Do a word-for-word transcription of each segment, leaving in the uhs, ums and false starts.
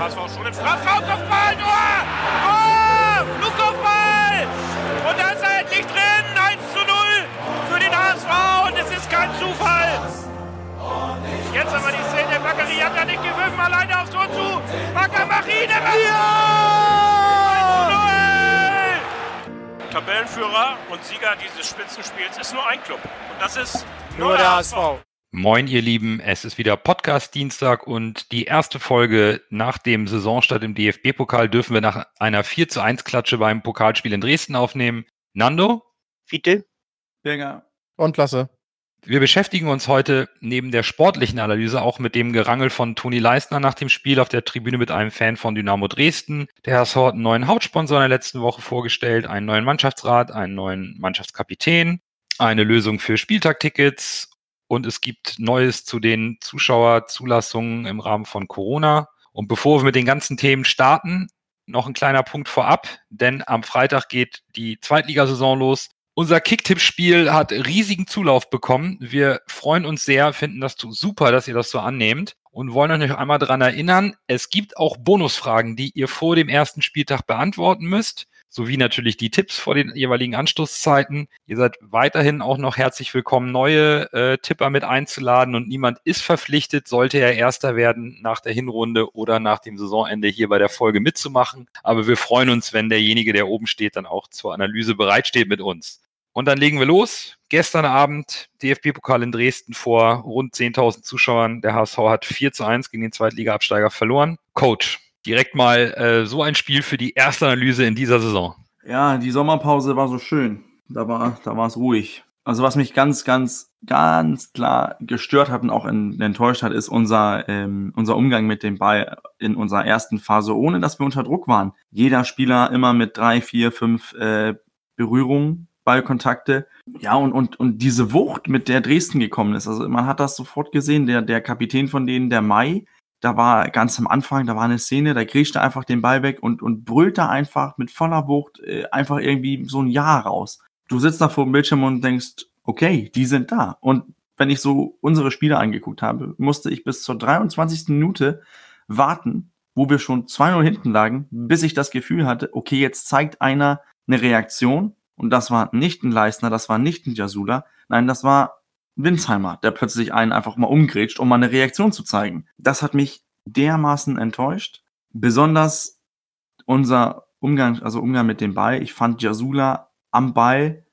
H S V schon im Strafraum, Kopfball, Tor! Oh, Flugkopfball! Und da ist er endlich drin, eins zu null für den H S V und es ist kein Zufall. Jetzt aber die Szene, Bakary hat ja nicht gewürfen, alleine aufs Tor zu. Bakary macht ihn, der macht eins zu null! Tabellenführer und Sieger dieses Spitzenspiels ist nur ein Club und das ist nur, nur der H S V. Moin ihr Lieben, es ist wieder Podcast-Dienstag und die erste Folge nach dem Saisonstart im D F B-Pokal dürfen wir nach einer vier zu eins Klatsche beim Pokalspiel in Dresden aufnehmen. Nando? Fiete? Birger? Und Lasse. Wir beschäftigen uns heute neben der sportlichen Analyse auch mit dem Gerangel von Toni Leistner nach dem Spiel auf der Tribüne mit einem Fan von Dynamo Dresden. Der H S V hat einen neuen Hauptsponsor in der letzten Woche vorgestellt, einen neuen Mannschaftsrat, einen neuen Mannschaftskapitän, eine Lösung für Spieltagtickets. Und es gibt Neues zu den Zuschauerzulassungen im Rahmen von Corona. Und bevor wir mit den ganzen Themen starten, noch ein kleiner Punkt vorab, denn am Freitag geht die Zweitligasaison los. Unser Kicktipp-Spiel hat riesigen Zulauf bekommen. Wir freuen uns sehr, finden das super, dass ihr das so annehmt und wollen euch noch einmal daran erinnern, es gibt auch Bonusfragen, die ihr vor dem ersten Spieltag beantworten müsst, sowie natürlich die Tipps vor den jeweiligen Anstoßzeiten. Ihr seid weiterhin auch noch herzlich willkommen, neue äh, Tipper mit einzuladen und niemand ist verpflichtet, sollte er Erster werden nach der Hinrunde oder nach dem Saisonende hier bei der Folge mitzumachen. Aber wir freuen uns, wenn derjenige, der oben steht, dann auch zur Analyse bereitsteht mit uns. Und dann legen wir los. Gestern Abend D F B-Pokal in Dresden vor rund zehntausend Zuschauern. Der H S V hat vier zu eins gegen den Zweitliga-Absteiger verloren. Coach, direkt mal äh, so ein Spiel für die erste Analyse in dieser Saison. Ja, die Sommerpause war so schön. Da war, da war es ruhig. Also was mich ganz, ganz, ganz klar gestört hat und auch in, enttäuscht hat, ist unser, ähm, unser Umgang mit dem Ball in unserer ersten Phase, ohne dass wir unter Druck waren. Jeder Spieler immer mit drei, vier, fünf äh, Berührungen, Ballkontakte. Ja, und, und, und diese Wucht, mit der Dresden gekommen ist. Also man hat das sofort gesehen, der, der Kapitän von denen, der Mai, da war ganz am Anfang, da war eine Szene, da grätschte einfach den Ball weg und, und brüllte einfach mit voller Wucht äh, einfach irgendwie so ein Ja raus. Du sitzt da vor dem Bildschirm und denkst, okay, die sind da. Und wenn ich so unsere Spiele angeguckt habe, musste ich bis zur dreiundzwanzigsten Minute warten, wo wir schon zwei null hinten lagen, bis ich das Gefühl hatte, okay, jetzt zeigt einer eine Reaktion. Und das war nicht ein Leistner, das war nicht ein Jasula, nein, das war Winsheimer, der plötzlich einen einfach mal umgrätscht, um mal eine Reaktion zu zeigen. Das hat mich dermaßen enttäuscht. Besonders unser Umgang, also Umgang mit dem Ball. Ich fand Jasula am Ball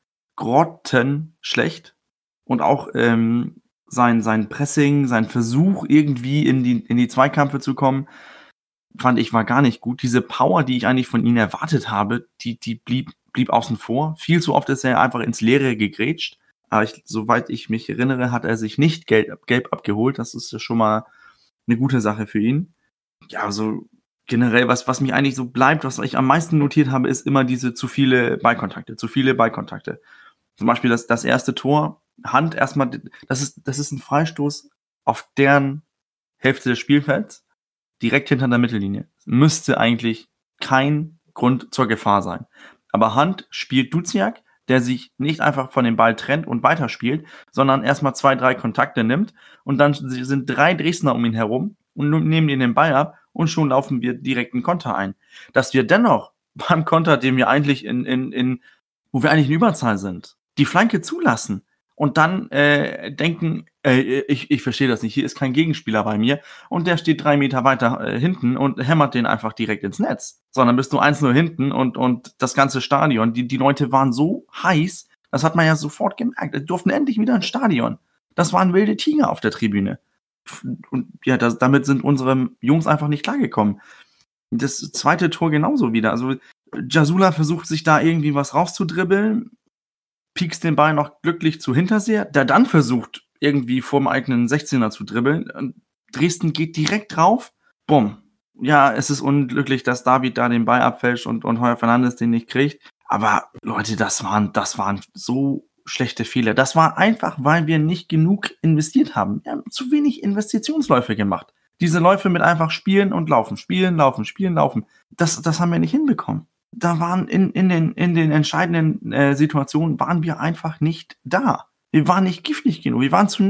grottenschlecht. Und auch ähm, sein, sein Pressing, sein Versuch, irgendwie in die, in die Zweikämpfe zu kommen, fand ich war gar nicht gut. Diese Power, die ich eigentlich von ihm erwartet habe, die, die blieb blieb außen vor. Viel zu oft ist er einfach ins Leere gegrätscht. Aber ich, soweit ich mich erinnere, hat er sich nicht gelb, gelb abgeholt. Das ist ja schon mal eine gute Sache für ihn. Ja, also generell, was, was mich eigentlich so bleibt, was ich am meisten notiert habe, ist immer diese zu viele Ballkontakte, zu viele Ballkontakte. Zum Beispiel das, das erste Tor, Hand erstmal, das ist, das ist ein Freistoß auf deren Hälfte des Spielfelds, direkt hinter der Mittellinie. Müsste eigentlich kein Grund zur Gefahr sein. Aber Hand spielt Duziak, der sich nicht einfach von dem Ball trennt und weiterspielt, sondern erstmal zwei, drei Kontakte nimmt und dann sind drei Dresdner um ihn herum und nehmen ihn den Ball ab und schon laufen wir direkt einen Konter ein. Dass wir dennoch beim Konter, den wir eigentlich in, in, in, wo wir eigentlich in Überzahl sind, die Flanke zulassen und dann äh, denken, äh, ich, ich verstehe das nicht, hier ist kein Gegenspieler bei mir und der steht drei Meter weiter äh, hinten und hämmert den einfach direkt ins Netz. Sondern bist du eins null hinten und, und das ganze Stadion, die, die Leute waren so heiß, das hat man ja sofort gemerkt, die durften endlich wieder ins Stadion. Das waren wilde Tiger auf der Tribüne. Und ja, das, damit sind unsere Jungs einfach nicht klargekommen. Das zweite Tor genauso wieder. Also Jasula versucht sich da irgendwie was rauszudribbeln, piekst den Ball noch glücklich zu Hinterseher, der dann versucht, irgendwie vor dem eigenen sechzehner zu dribbeln. Und Dresden geht direkt drauf. Bumm. Ja, es ist unglücklich, dass David da den Ball abfälscht und, und Heuer Fernandes den nicht kriegt. Aber Leute, das waren, das waren so schlechte Fehler. Das war einfach, weil wir nicht genug investiert haben. Wir haben zu wenig Investitionsläufe gemacht. Diese Läufe mit einfach spielen und laufen, spielen, laufen, spielen, laufen. Das, das haben wir nicht hinbekommen. Da waren in, in den, in den entscheidenden äh, Situationen waren wir einfach nicht da. Wir waren nicht giftig genug, wir waren zu nett.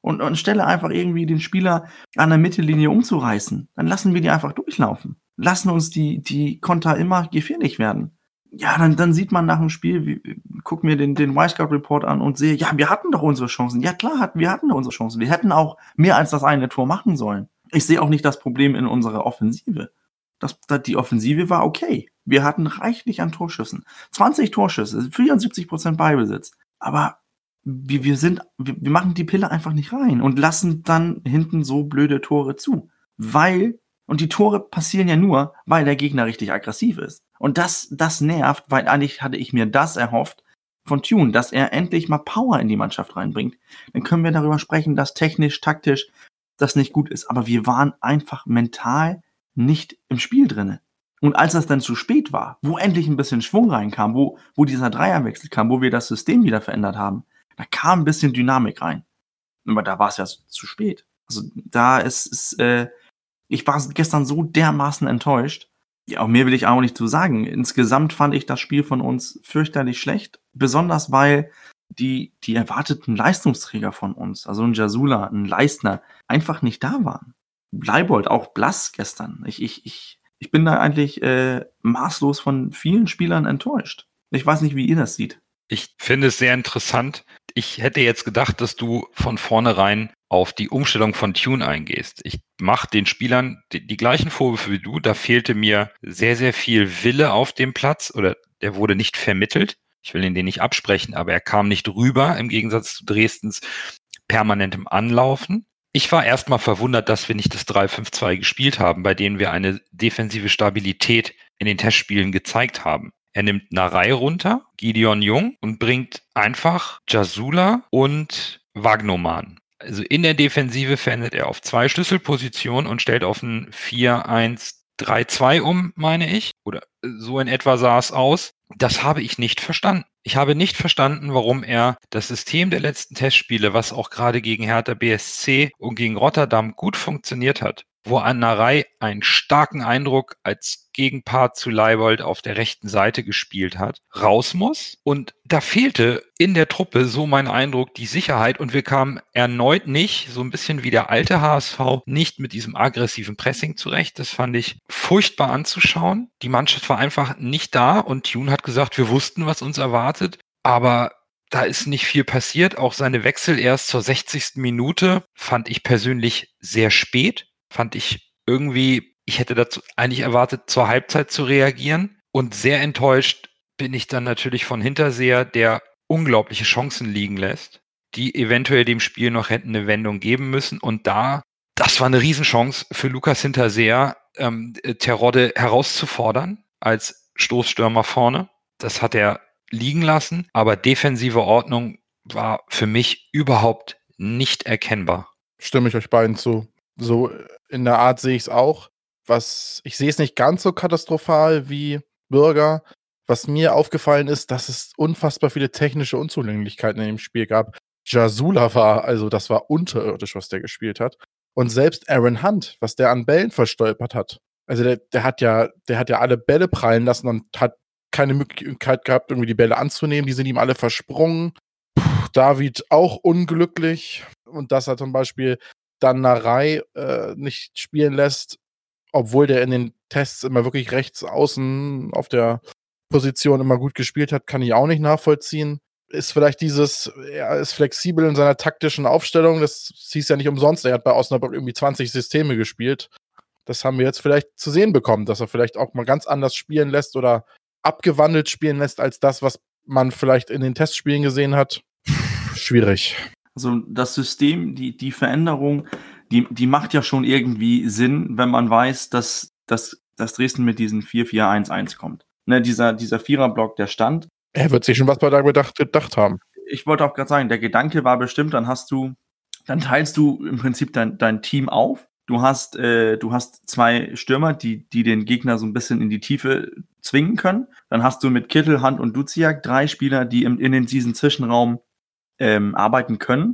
Und, und stelle einfach irgendwie den Spieler an der Mittellinie umzureißen. Dann lassen wir die einfach durchlaufen. Lassen uns die, die Konter immer gefährlich werden. Ja, dann, dann sieht man nach dem Spiel, wie, guck mir den, den Y-Scout-Report an und sehe, ja, wir hatten doch unsere Chancen. Ja, klar, hatten, wir hatten doch unsere Chancen. Wir hätten auch mehr als das eine Tor machen sollen. Ich sehe auch nicht das Problem in unserer Offensive. Das, das, die Offensive war okay. Wir hatten reichlich an Torschüssen. zwanzig Torschüsse, vierundsiebzig Prozent Ballbesitz. Aber wir, wir, sind, wir, wir machen die Pille einfach nicht rein und lassen dann hinten so blöde Tore zu. Weil, und die Tore passieren ja nur, weil der Gegner richtig aggressiv ist. Und das, das nervt, weil eigentlich hatte ich mir das erhofft von Tune, dass er endlich mal Power in die Mannschaft reinbringt. Dann können wir darüber sprechen, dass technisch, taktisch das nicht gut ist. Aber wir waren einfach mental nicht im Spiel drinne. Und als das dann zu spät war, wo endlich ein bisschen Schwung reinkam, wo, wo dieser Dreierwechsel kam, wo wir das System wieder verändert haben, da kam ein bisschen Dynamik rein. Aber da war es ja zu spät. Also da ist, ist äh, ich war gestern so dermaßen enttäuscht. Ja, auch mehr will ich auch nicht zu sagen. Insgesamt fand ich das Spiel von uns fürchterlich schlecht. Besonders weil die, die erwarteten Leistungsträger von uns, also ein Jasula, ein Leistner, einfach nicht da waren. Leibold, auch blass gestern. Ich, ich, ich, ich bin da eigentlich äh, maßlos von vielen Spielern enttäuscht. Ich weiß nicht, wie ihr das seht. Ich finde es sehr interessant. Ich hätte jetzt gedacht, dass du von vornherein auf die Umstellung von Tune eingehst. Ich mache den Spielern die, die gleichen Vorwürfe wie du. Da fehlte mir sehr, sehr viel Wille auf dem Platz oder der wurde nicht vermittelt. Ich will ihn den nicht absprechen, aber er kam nicht rüber im Gegensatz zu Dresdens permanentem Anlaufen. Ich war erstmal verwundert, dass wir nicht das drei fünf zwei gespielt haben, bei denen wir eine defensive Stabilität in den Testspielen gezeigt haben. Er nimmt Narei runter, Gideon Jung und bringt einfach Jasula und Wagnoman. Also in der Defensive verändert er auf zwei Schlüsselpositionen und stellt auf ein vier eins drei zwei um, meine ich. Oder so in etwa sah es aus. Das habe ich nicht verstanden. Ich habe nicht verstanden, warum er das System der letzten Testspiele, was auch gerade gegen Hertha B S C und gegen Rotterdam gut funktioniert hat, wo Narei einen starken Eindruck als Gegenpart zu Leibold auf der rechten Seite gespielt hat, raus muss. Und da fehlte in der Truppe, so mein Eindruck, die Sicherheit. Und wir kamen erneut nicht, so ein bisschen wie der alte H S V, nicht mit diesem aggressiven Pressing zurecht. Das fand ich furchtbar anzuschauen. Die Mannschaft war einfach nicht da und Tune hat gesagt, wir wussten, was uns erwartet. Aber da ist nicht viel passiert. Auch seine Wechsel erst zur sechzigsten Minute fand ich persönlich sehr spät. Fand ich irgendwie, ich hätte dazu eigentlich erwartet, zur Halbzeit zu reagieren. Und sehr enttäuscht bin ich dann natürlich von Hinterseher, der unglaubliche Chancen liegen lässt, die eventuell dem Spiel noch hätten eine Wendung geben müssen. Und da, das war eine Riesenchance für Lukas Hinterseher, ähm, Terodde herauszufordern als Stoßstürmer vorne. Das hat er liegen lassen, aber defensive Ordnung war für mich überhaupt nicht erkennbar. Stimme ich euch beiden zu. So in der Art sehe ich es auch. Was, ich sehe es nicht ganz so katastrophal wie Bürger. Was mir aufgefallen ist, dass es unfassbar viele technische Unzulänglichkeiten in dem Spiel gab. Jasula war, also das war unterirdisch, was der gespielt hat. Und selbst Aaron Hunt, was der an Bällen verstolpert hat. Also der, der hat ja, der hat ja alle Bälle prallen lassen und hat keine Möglichkeit gehabt, irgendwie die Bälle anzunehmen. Die sind ihm alle versprungen. Puh, David auch unglücklich. Und dass er zum Beispiel dann Narei äh, nicht spielen lässt, obwohl der in den Tests immer wirklich rechts außen auf der Position immer gut gespielt hat, kann ich auch nicht nachvollziehen. Ist vielleicht dieses, er ist flexibel in seiner taktischen Aufstellung, das hieß ja nicht umsonst, er hat bei Osnabrück irgendwie zwanzig Systeme gespielt. Das haben wir jetzt vielleicht zu sehen bekommen, dass er vielleicht auch mal ganz anders spielen lässt oder abgewandelt spielen lässt, als das, was man vielleicht in den Testspielen gesehen hat. Schwierig. Also das System, die, die Veränderung, die, die macht ja schon irgendwie Sinn, wenn man weiß, dass, dass, dass Dresden mit diesen vier vier eins eins kommt. Ne, dieser, dieser Viererblock, der stand. Er wird sich schon was bei da gedacht, gedacht haben. Ich wollte auch gerade sagen, der Gedanke war bestimmt, dann hast du, dann teilst du im Prinzip dein, dein Team auf. Du hast, äh, du hast zwei Stürmer, die, die den Gegner so ein bisschen in die Tiefe zwingen können. Dann hast du mit Kittel, Hand und Duziak drei Spieler, die im, in den, diesen Zwischenraum ähm, arbeiten können.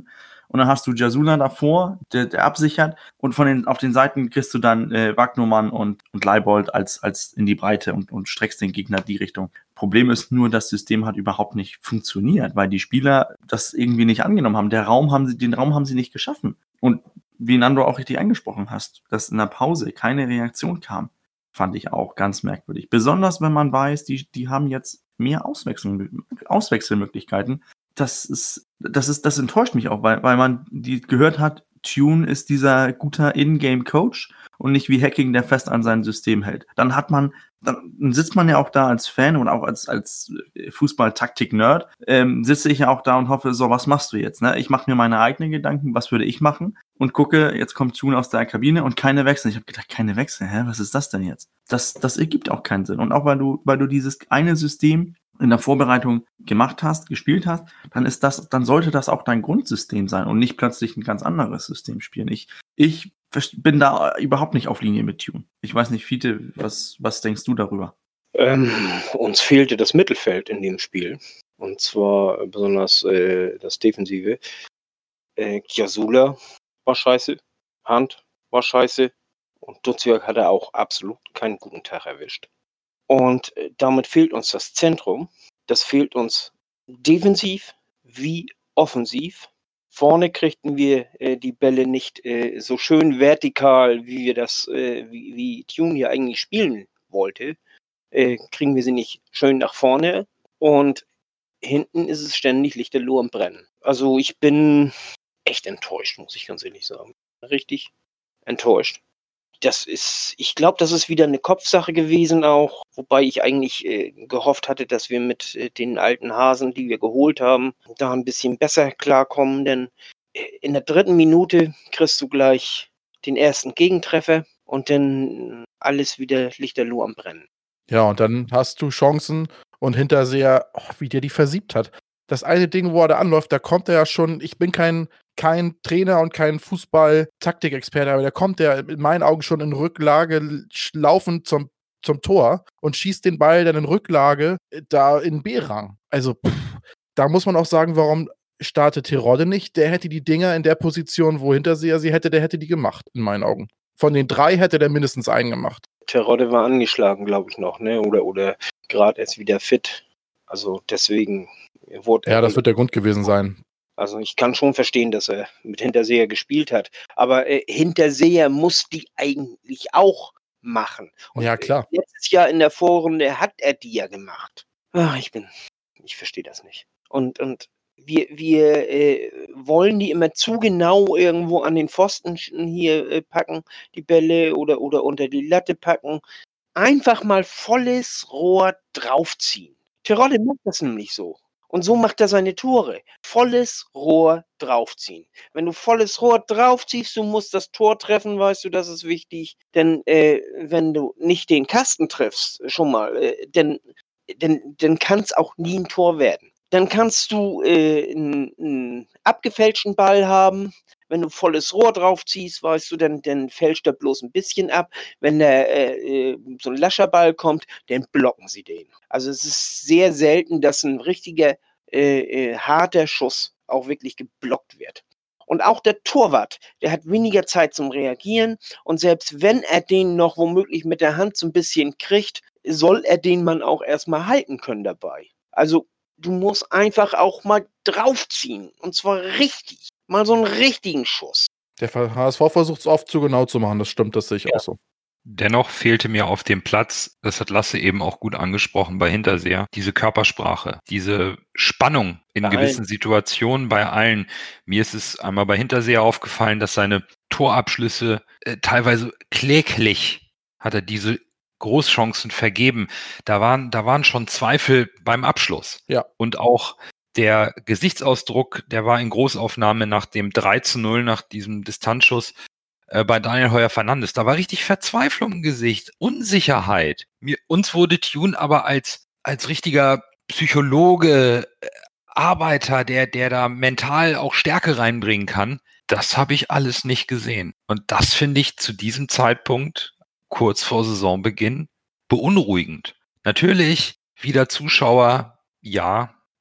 und dann hast du Jasula davor, der, der absichert und von den, auf den Seiten kriegst du dann äh, Wagnumann und, und Leibold als, als in die Breite und, und streckst den Gegner die Richtung. Problem ist nur, das System hat überhaupt nicht funktioniert, weil die Spieler das irgendwie nicht angenommen haben. Der Raum haben sie, den Raum haben sie nicht geschaffen. Und wie Nando auch richtig angesprochen hast, dass in der Pause keine Reaktion kam, fand ich auch ganz merkwürdig. Besonders wenn man weiß, die, die haben jetzt mehr Auswechsel, Auswechselmöglichkeiten. Das ist, das ist, das enttäuscht mich auch, weil, weil man die gehört hat, Tune ist dieser guter In-Game-Coach und nicht wie Hacking, der fest an sein System hält. Dann hat man, dann sitzt man ja auch da als Fan und auch als, als Fußball-Taktik-Nerd, ähm, sitze ich ja auch da und hoffe, so, was machst du jetzt? Ne? Ich mache mir meine eigenen Gedanken, was würde ich machen? Und gucke, jetzt kommt Tune aus der Kabine und keine Wechsel. Ich habe gedacht, keine Wechsel, hä? Was ist das denn jetzt? Das, das ergibt auch keinen Sinn. Und auch weil du, weil du dieses eine System in der Vorbereitung gemacht hast, gespielt hast, dann ist das, dann sollte das auch dein Grundsystem sein und nicht plötzlich ein ganz anderes System spielen. Ich, ich bin da überhaupt nicht auf Linie mit Tune. Ich weiß nicht, Fiete, was, was denkst du darüber? Ähm, uns fehlte das Mittelfeld in dem Spiel. Und zwar besonders äh, das Defensive. Äh, Jasula war scheiße, Hand war scheiße und Dutzjak hatte auch absolut keinen guten Tag erwischt. Und äh, damit fehlt uns das Zentrum. Das fehlt uns defensiv wie offensiv. Vorne kriegten wir äh, die Bälle nicht äh, so schön vertikal, wie wir das, äh, wie, wie Tune hier eigentlich spielen wollte. Äh, kriegen wir sie nicht schön nach vorne. Und hinten ist es ständig lichterloh am Brennen. Also ich bin echt enttäuscht, muss ich ganz ehrlich sagen. Richtig enttäuscht. Das ist, ich glaube, das ist wieder eine Kopfsache gewesen auch, wobei ich eigentlich äh, gehofft hatte, dass wir mit äh, den alten Hasen, die wir geholt haben, da ein bisschen besser klarkommen, denn äh, in der dritten Minute kriegst du gleich den ersten Gegentreffer und dann alles wieder lichterloh am Brennen. Ja, und dann hast du Chancen und Hinterseher, oh, wie der die versiebt hat. Das eine Ding, wo er da anläuft, da kommt er ja schon, ich bin kein, kein Trainer und kein Fußball-Taktikexperte, aber der kommt ja in meinen Augen schon in Rücklage laufend zum, zum Tor und schießt den Ball dann in Rücklage da in B-Rang. Also, pff, da muss man auch sagen, warum startet Terodde nicht? Der hätte die Dinger in der Position, wo Hinterseher sie hätte, der hätte die gemacht, in meinen Augen. Von den drei hätte der mindestens einen gemacht. Terodde war angeschlagen, glaube ich noch, ne? Oder, oder gerade erst wieder fit. Also deswegen wurde er. Ja, das wird der Grund gewesen sein. Also ich kann schon verstehen, dass er mit Hinterseher gespielt hat. Aber äh, Hinterseher muss die eigentlich auch machen. Und ja, klar. Letztes Jahr in der Vorrunde hat er die ja gemacht. Ach, ich bin, ich verstehe das nicht. Und, und wir, wir äh, wollen die immer zu genau irgendwo an den Pfosten hier äh, packen, die Bälle oder, oder unter die Latte packen. Einfach mal volles Rohr draufziehen. Terodde macht das nämlich so. Und so macht er seine Tore. Volles Rohr draufziehen. Wenn du volles Rohr draufziehst, du musst das Tor treffen, weißt du, das ist wichtig. Denn äh, wenn du nicht den Kasten triffst, schon mal, äh, dann, dann, dann kann es auch nie ein Tor werden. Dann kannst du äh, einen, einen abgefälschten Ball haben. Wenn du volles Rohr draufziehst, weißt du, dann, dann fälscht er bloß ein bisschen ab. Wenn der, äh, so ein lascher Ball kommt, dann blocken sie den. Also es ist sehr selten, dass ein richtiger äh, äh, harter Schuss auch wirklich geblockt wird. Und auch der Torwart, der hat weniger Zeit zum Reagieren. Und selbst wenn er den noch womöglich mit der Hand so ein bisschen kriegt, soll er den man auch erstmal halten können dabei. Also du musst einfach auch mal draufziehen. Und zwar richtig. Mal so einen richtigen Schuss. Der H S V versucht es oft zu genau zu machen, das stimmt, das sehe ich ja. auch so. Dennoch fehlte mir auf dem Platz, das hat Lasse eben auch gut angesprochen bei Hinterseher, diese Körpersprache, diese Spannung in Nein. gewissen Situationen bei allen. Mir ist es einmal bei Hinterseher aufgefallen, dass seine Torabschlüsse äh, teilweise kläglich hat er diese Großchancen vergeben. Da waren, da waren schon Zweifel beim Abschluss. Ja. Und auch der Gesichtsausdruck, der war in Großaufnahme nach dem drei zu null, nach diesem Distanzschuss äh, bei Daniel Heuer-Fernandes. Da war richtig Verzweiflung im Gesicht, Unsicherheit. Mir, uns wurde Tune aber als, als richtiger Psychologe, äh, Arbeiter, der, der da mental auch Stärke reinbringen kann, das habe ich alles nicht gesehen. Und das finde ich zu diesem Zeitpunkt, kurz vor Saisonbeginn, beunruhigend. Natürlich, wieder Zuschauer, ja,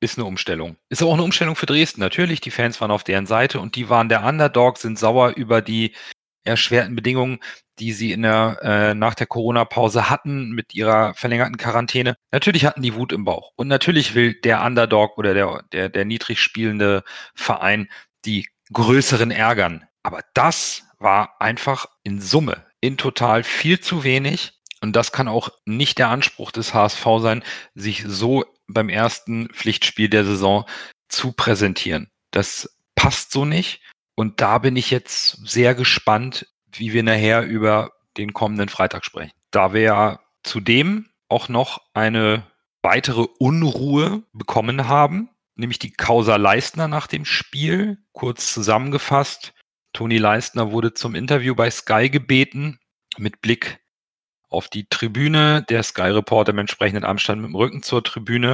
ist eine Umstellung. Ist auch eine Umstellung für Dresden. Natürlich, die Fans waren auf deren Seite und die waren der Underdog, sind sauer über die erschwerten Bedingungen, die sie in der, äh, nach der Corona-Pause hatten mit ihrer verlängerten Quarantäne. Natürlich hatten die Wut im Bauch. Und natürlich will der Underdog oder der, der, der niedrig spielende Verein die größeren ärgern. Aber das war einfach in Summe, in total viel zu wenig. Und das kann auch nicht der Anspruch des H S V sein, sich so beim ersten Pflichtspiel der Saison zu präsentieren. Das passt so nicht. Und da bin ich jetzt sehr gespannt, wie wir nachher über den kommenden Freitag sprechen. Da wir ja zudem auch noch eine weitere Unruhe bekommen haben, nämlich die Causa Leistner nach dem Spiel. Kurz zusammengefasst, Toni Leistner wurde zum Interview bei Sky gebeten, mit Blick auf die Tribüne. Der Sky-Reporter im entsprechenden Abstand mit dem Rücken zur Tribüne.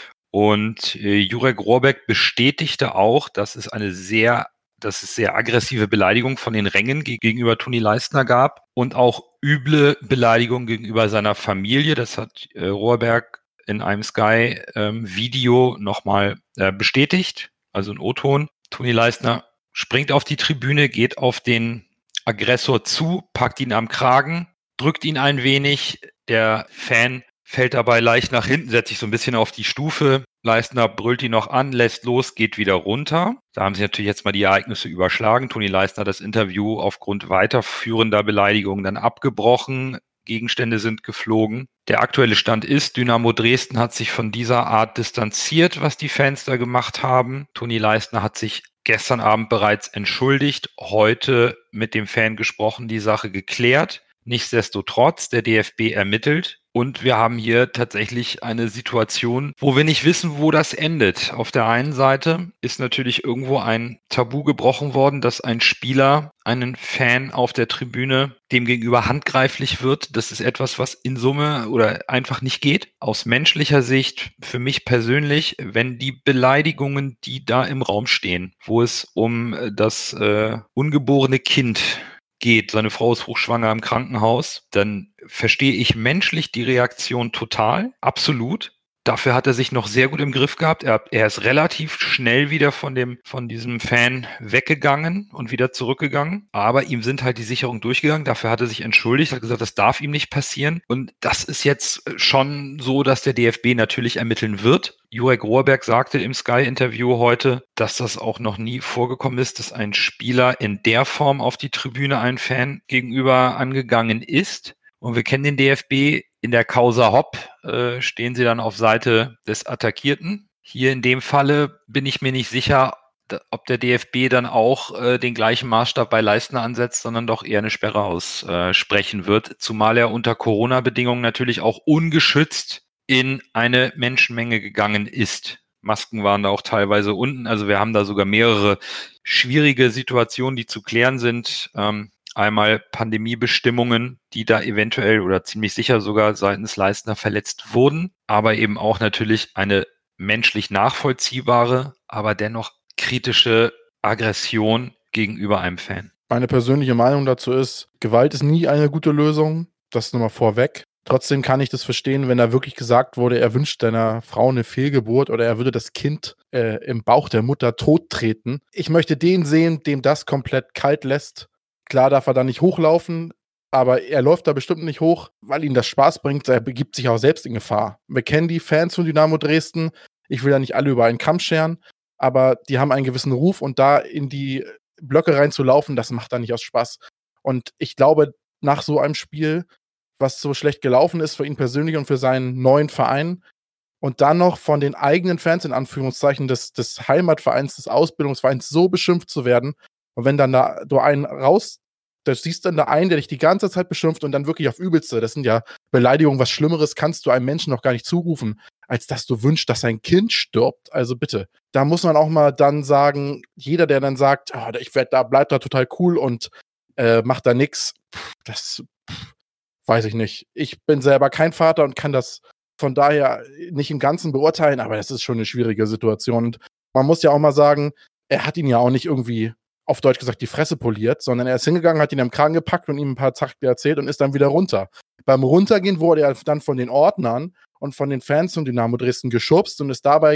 Und äh, Jurek Rohrbeck bestätigte auch, dass es eine sehr dass es sehr aggressive Beleidigung von den Rängen gegenüber Toni Leistner gab und auch üble Beleidigung gegenüber seiner Familie. Das hat äh, Rohrberg in einem Sky-Video ähm, nochmal äh, bestätigt, also ein O-Ton. Toni Leistner springt auf die Tribüne, geht auf den Aggressor zu, packt ihn am Kragen, drückt ihn ein wenig. Der Fan fällt dabei leicht nach hinten, setzt sich so ein bisschen auf die Stufe. Leistner brüllt ihn noch an, lässt los, geht wieder runter. Da haben sich natürlich jetzt mal die Ereignisse überschlagen. Toni Leistner hat das Interview aufgrund weiterführender Beleidigungen dann abgebrochen. Gegenstände sind geflogen. Der aktuelle Stand ist, Dynamo Dresden hat sich von dieser Art distanziert, was die Fans da gemacht haben. Toni Leistner hat sich gestern Abend bereits entschuldigt, heute mit dem Fan gesprochen, die Sache geklärt. Nichtsdestotrotz, der D F B ermittelt und wir haben hier tatsächlich eine Situation, wo wir nicht wissen, wo das endet. Auf der einen Seite ist natürlich irgendwo ein Tabu gebrochen worden, dass ein Spieler einen Fan auf der Tribüne dem gegenüber handgreiflich wird. Das ist etwas, was in Summe oder einfach nicht geht. Aus menschlicher Sicht, für mich persönlich, wenn die Beleidigungen, die da im Raum stehen, wo es um das äh, ungeborene Kind geht, seine Frau ist hochschwanger im Krankenhaus, dann verstehe ich menschlich die Reaktion total, absolut. Dafür hat er sich noch sehr gut im Griff gehabt. Er, er ist relativ schnell wieder von dem, von diesem Fan weggegangen und wieder zurückgegangen. Aber ihm sind halt die Sicherungen durchgegangen. Dafür hat er sich entschuldigt, hat gesagt, das darf ihm nicht passieren. Und das ist jetzt schon so, dass der D F B natürlich ermitteln wird. Jurek Rohrberg sagte im Sky-Interview heute, dass das auch noch nie vorgekommen ist, dass ein Spieler in der Form auf die Tribüne einen Fan gegenüber angegangen ist. Und wir kennen den D F B, in der Causa Hopp äh, stehen sie dann auf Seite des Attackierten. Hier in dem Falle bin ich mir nicht sicher, ob der D F B dann auch äh, den gleichen Maßstab bei Leistner ansetzt, sondern doch eher eine Sperre aussprechen äh, wird. Zumal er unter Corona-Bedingungen natürlich auch ungeschützt in eine Menschenmenge gegangen ist. Masken waren da auch teilweise unten. Also wir haben da sogar mehrere schwierige Situationen, die zu klären sind. Ähm, Einmal Pandemiebestimmungen, die da eventuell oder ziemlich sicher sogar seitens Leistner verletzt wurden, aber eben auch natürlich eine menschlich nachvollziehbare, aber dennoch kritische Aggression gegenüber einem Fan. Meine persönliche Meinung dazu ist, Gewalt ist nie eine gute Lösung. Das nur mal vorweg. Trotzdem kann ich das verstehen, wenn da wirklich gesagt wurde, er wünscht seiner Frau eine Fehlgeburt oder er würde das Kind äh, im Bauch der Mutter tottreten. Ich möchte den sehen, dem das komplett kalt lässt. Klar darf er da nicht hochlaufen, aber er läuft da bestimmt nicht hoch, weil ihm das Spaß bringt. Er begibt sich auch selbst in Gefahr. Wir kennen die Fans von Dynamo Dresden. Ich will ja nicht alle über einen Kamm scheren, aber die haben einen gewissen Ruf und da in die Blöcke reinzulaufen, das macht da nicht aus Spaß. Und ich glaube, nach so einem Spiel, was so schlecht gelaufen ist für ihn persönlich und für seinen neuen Verein und dann noch von den eigenen Fans in Anführungszeichen des, des Heimatvereins, des Ausbildungsvereins so beschimpft zu werden, und wenn dann da du einen raus, du siehst dann da einen, der dich die ganze Zeit beschimpft und dann wirklich auf Übelste, das sind ja Beleidigungen, was Schlimmeres kannst du einem Menschen noch gar nicht zurufen, als dass du wünschst, dass sein Kind stirbt. Also bitte, da muss man auch mal dann sagen, jeder, der dann sagt, oh, ich werd da, bleibt da total cool und äh, macht da nix, das pff, weiß ich nicht. Ich bin selber kein Vater und kann das von daher nicht im Ganzen beurteilen, aber das ist schon eine schwierige Situation. Und man muss ja auch mal sagen, er hat ihn ja auch nicht irgendwie auf Deutsch gesagt, die Fresse poliert, sondern er ist hingegangen, hat ihn am Kragen gepackt und ihm ein paar Takte erzählt und ist dann wieder runter. Beim Runtergehen wurde er dann von den Ordnern und von den Fans von Dynamo Dresden geschubst und ist dabei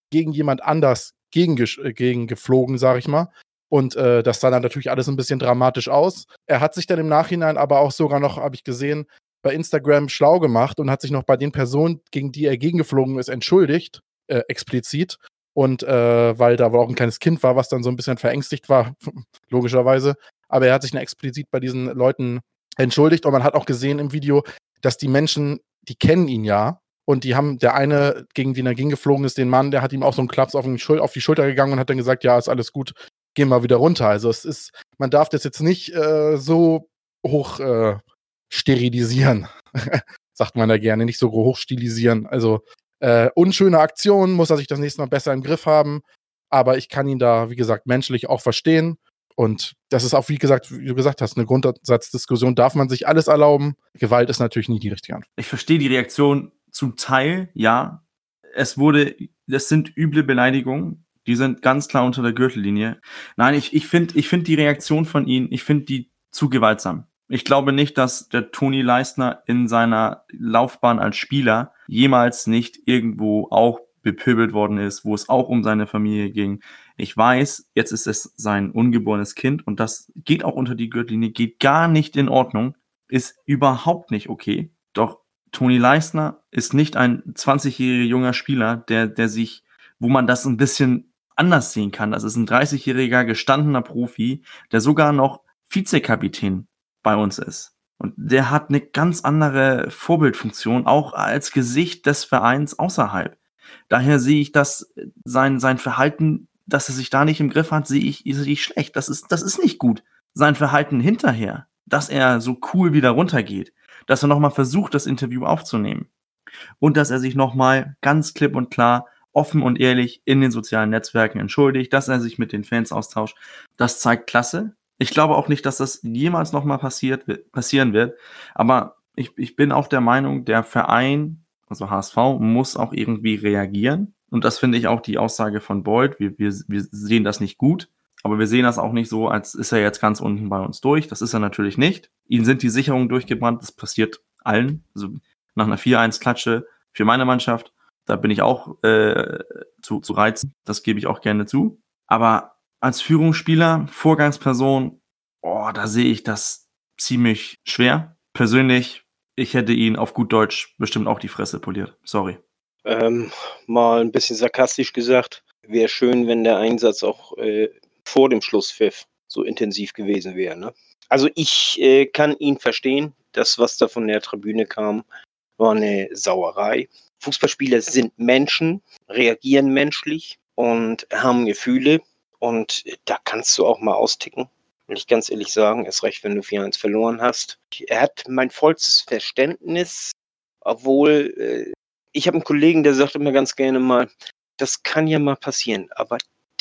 gegen jemand anders gegen, gegen geflogen, sag ich mal. Und äh, das sah dann natürlich alles ein bisschen dramatisch aus. Er hat sich dann im Nachhinein aber auch sogar noch, habe ich gesehen, bei Instagram schlau gemacht und hat sich noch bei den Personen, gegen die er gegengeflogen ist, entschuldigt, äh, explizit. Und äh, weil da wohl auch ein kleines Kind war, was dann so ein bisschen verängstigt war, logischerweise. Aber er hat sich dann explizit bei diesen Leuten entschuldigt. Und man hat auch gesehen im Video, dass die Menschen, die kennen ihn ja. Und die haben, der eine, gegen den er gegengeflogen ist, den Mann, der hat ihm auch so einen Klaps auf, den Schul- auf die Schulter gegangen und hat dann gesagt, ja, ist alles gut, gehen wir wieder runter. Also es ist, man darf das jetzt nicht äh, so hoch äh, sterilisieren, sagt man da gerne, nicht so hoch stilisieren. Also äh, unschöne Aktion, muss er sich das nächste Mal besser im Griff haben. Aber ich kann ihn da, wie gesagt, menschlich auch verstehen. Und das ist auch, wie gesagt, wie du gesagt hast, eine Grundsatzdiskussion. Darf man sich alles erlauben? Gewalt ist natürlich nie die richtige Antwort. Ich verstehe die Reaktion zum Teil, ja. Es wurde, das sind üble Beleidigungen. Die sind ganz klar unter der Gürtellinie. Nein, ich, ich finde ich find die Reaktion von ihnen, ich finde die zu gewaltsam. Ich glaube nicht, dass der Toni Leistner in seiner Laufbahn als Spieler jemals nicht irgendwo auch bepöbelt worden ist, wo es auch um seine Familie ging. Ich weiß, jetzt ist es sein ungeborenes Kind und das geht auch unter die Gürtellinie, geht gar nicht in Ordnung, ist überhaupt nicht okay. Doch Toni Leistner ist nicht ein zwanzigjähriger junger Spieler, der, der sich, wo man das ein bisschen anders sehen kann. Das ist ein dreißigjähriger gestandener Profi, der sogar noch Vizekapitän bei uns ist. Und der hat eine ganz andere Vorbildfunktion, auch als Gesicht des Vereins außerhalb. Daher sehe ich das, sein, sein Verhalten, dass er sich da nicht im Griff hat, sehe ich, sehe ich schlecht. Das ist, das ist nicht gut. Sein Verhalten hinterher, dass er so cool wieder runtergeht, dass er nochmal versucht, das Interview aufzunehmen und dass er sich nochmal ganz klipp und klar, offen und ehrlich in den sozialen Netzwerken entschuldigt, dass er sich mit den Fans austauscht, das zeigt Klasse. Ich glaube auch nicht, dass das jemals nochmal passiert, passieren wird, aber ich, ich bin auch der Meinung, der Verein, also H S V, muss auch irgendwie reagieren. Und das finde ich auch die Aussage von Bold. Wir, wir, wir sehen das nicht gut, aber wir sehen das auch nicht so, als ist er jetzt ganz unten bei uns durch. Das ist er natürlich nicht. Ihnen sind die Sicherungen durchgebrannt. Das passiert allen. Also nach einer vier eins Klatsche für meine Mannschaft, da bin ich auch äh, zu, zu reizen. Das gebe ich auch gerne zu. Aber als Führungsspieler, Vorgangsperson, oh, da sehe ich das ziemlich schwer. Persönlich, ich hätte ihn auf gut Deutsch bestimmt auch die Fresse poliert. Sorry. Ähm, mal ein bisschen sarkastisch gesagt, wäre schön, wenn der Einsatz auch äh, vor dem Schlusspfiff so intensiv gewesen wäre. Ne? Also ich äh, kann ihn verstehen. Das, was da von der Tribüne kam, war eine Sauerei. Fußballspieler sind Menschen, reagieren menschlich und haben Gefühle. Und da kannst du auch mal austicken. Will ich ganz ehrlich sagen, erst recht, wenn du vier eins verloren hast. Er hat mein vollstes Verständnis, obwohl äh, ich habe einen Kollegen, der sagt immer ganz gerne mal, das kann ja mal passieren, aber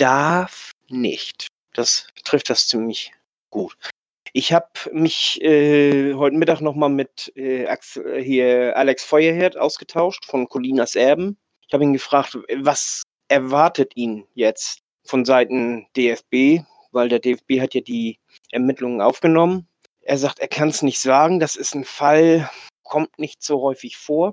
darf nicht. Das trifft das ziemlich gut. Ich habe mich äh, heute Mittag nochmal mit äh, Axel, hier Alex Feuerherd ausgetauscht von Colinas Erben. Ich habe ihn gefragt, was erwartet ihn jetzt von Seiten D F B, weil der D F B hat ja die Ermittlungen aufgenommen. Er sagt, er kann es nicht sagen, das ist ein Fall, kommt nicht so häufig vor.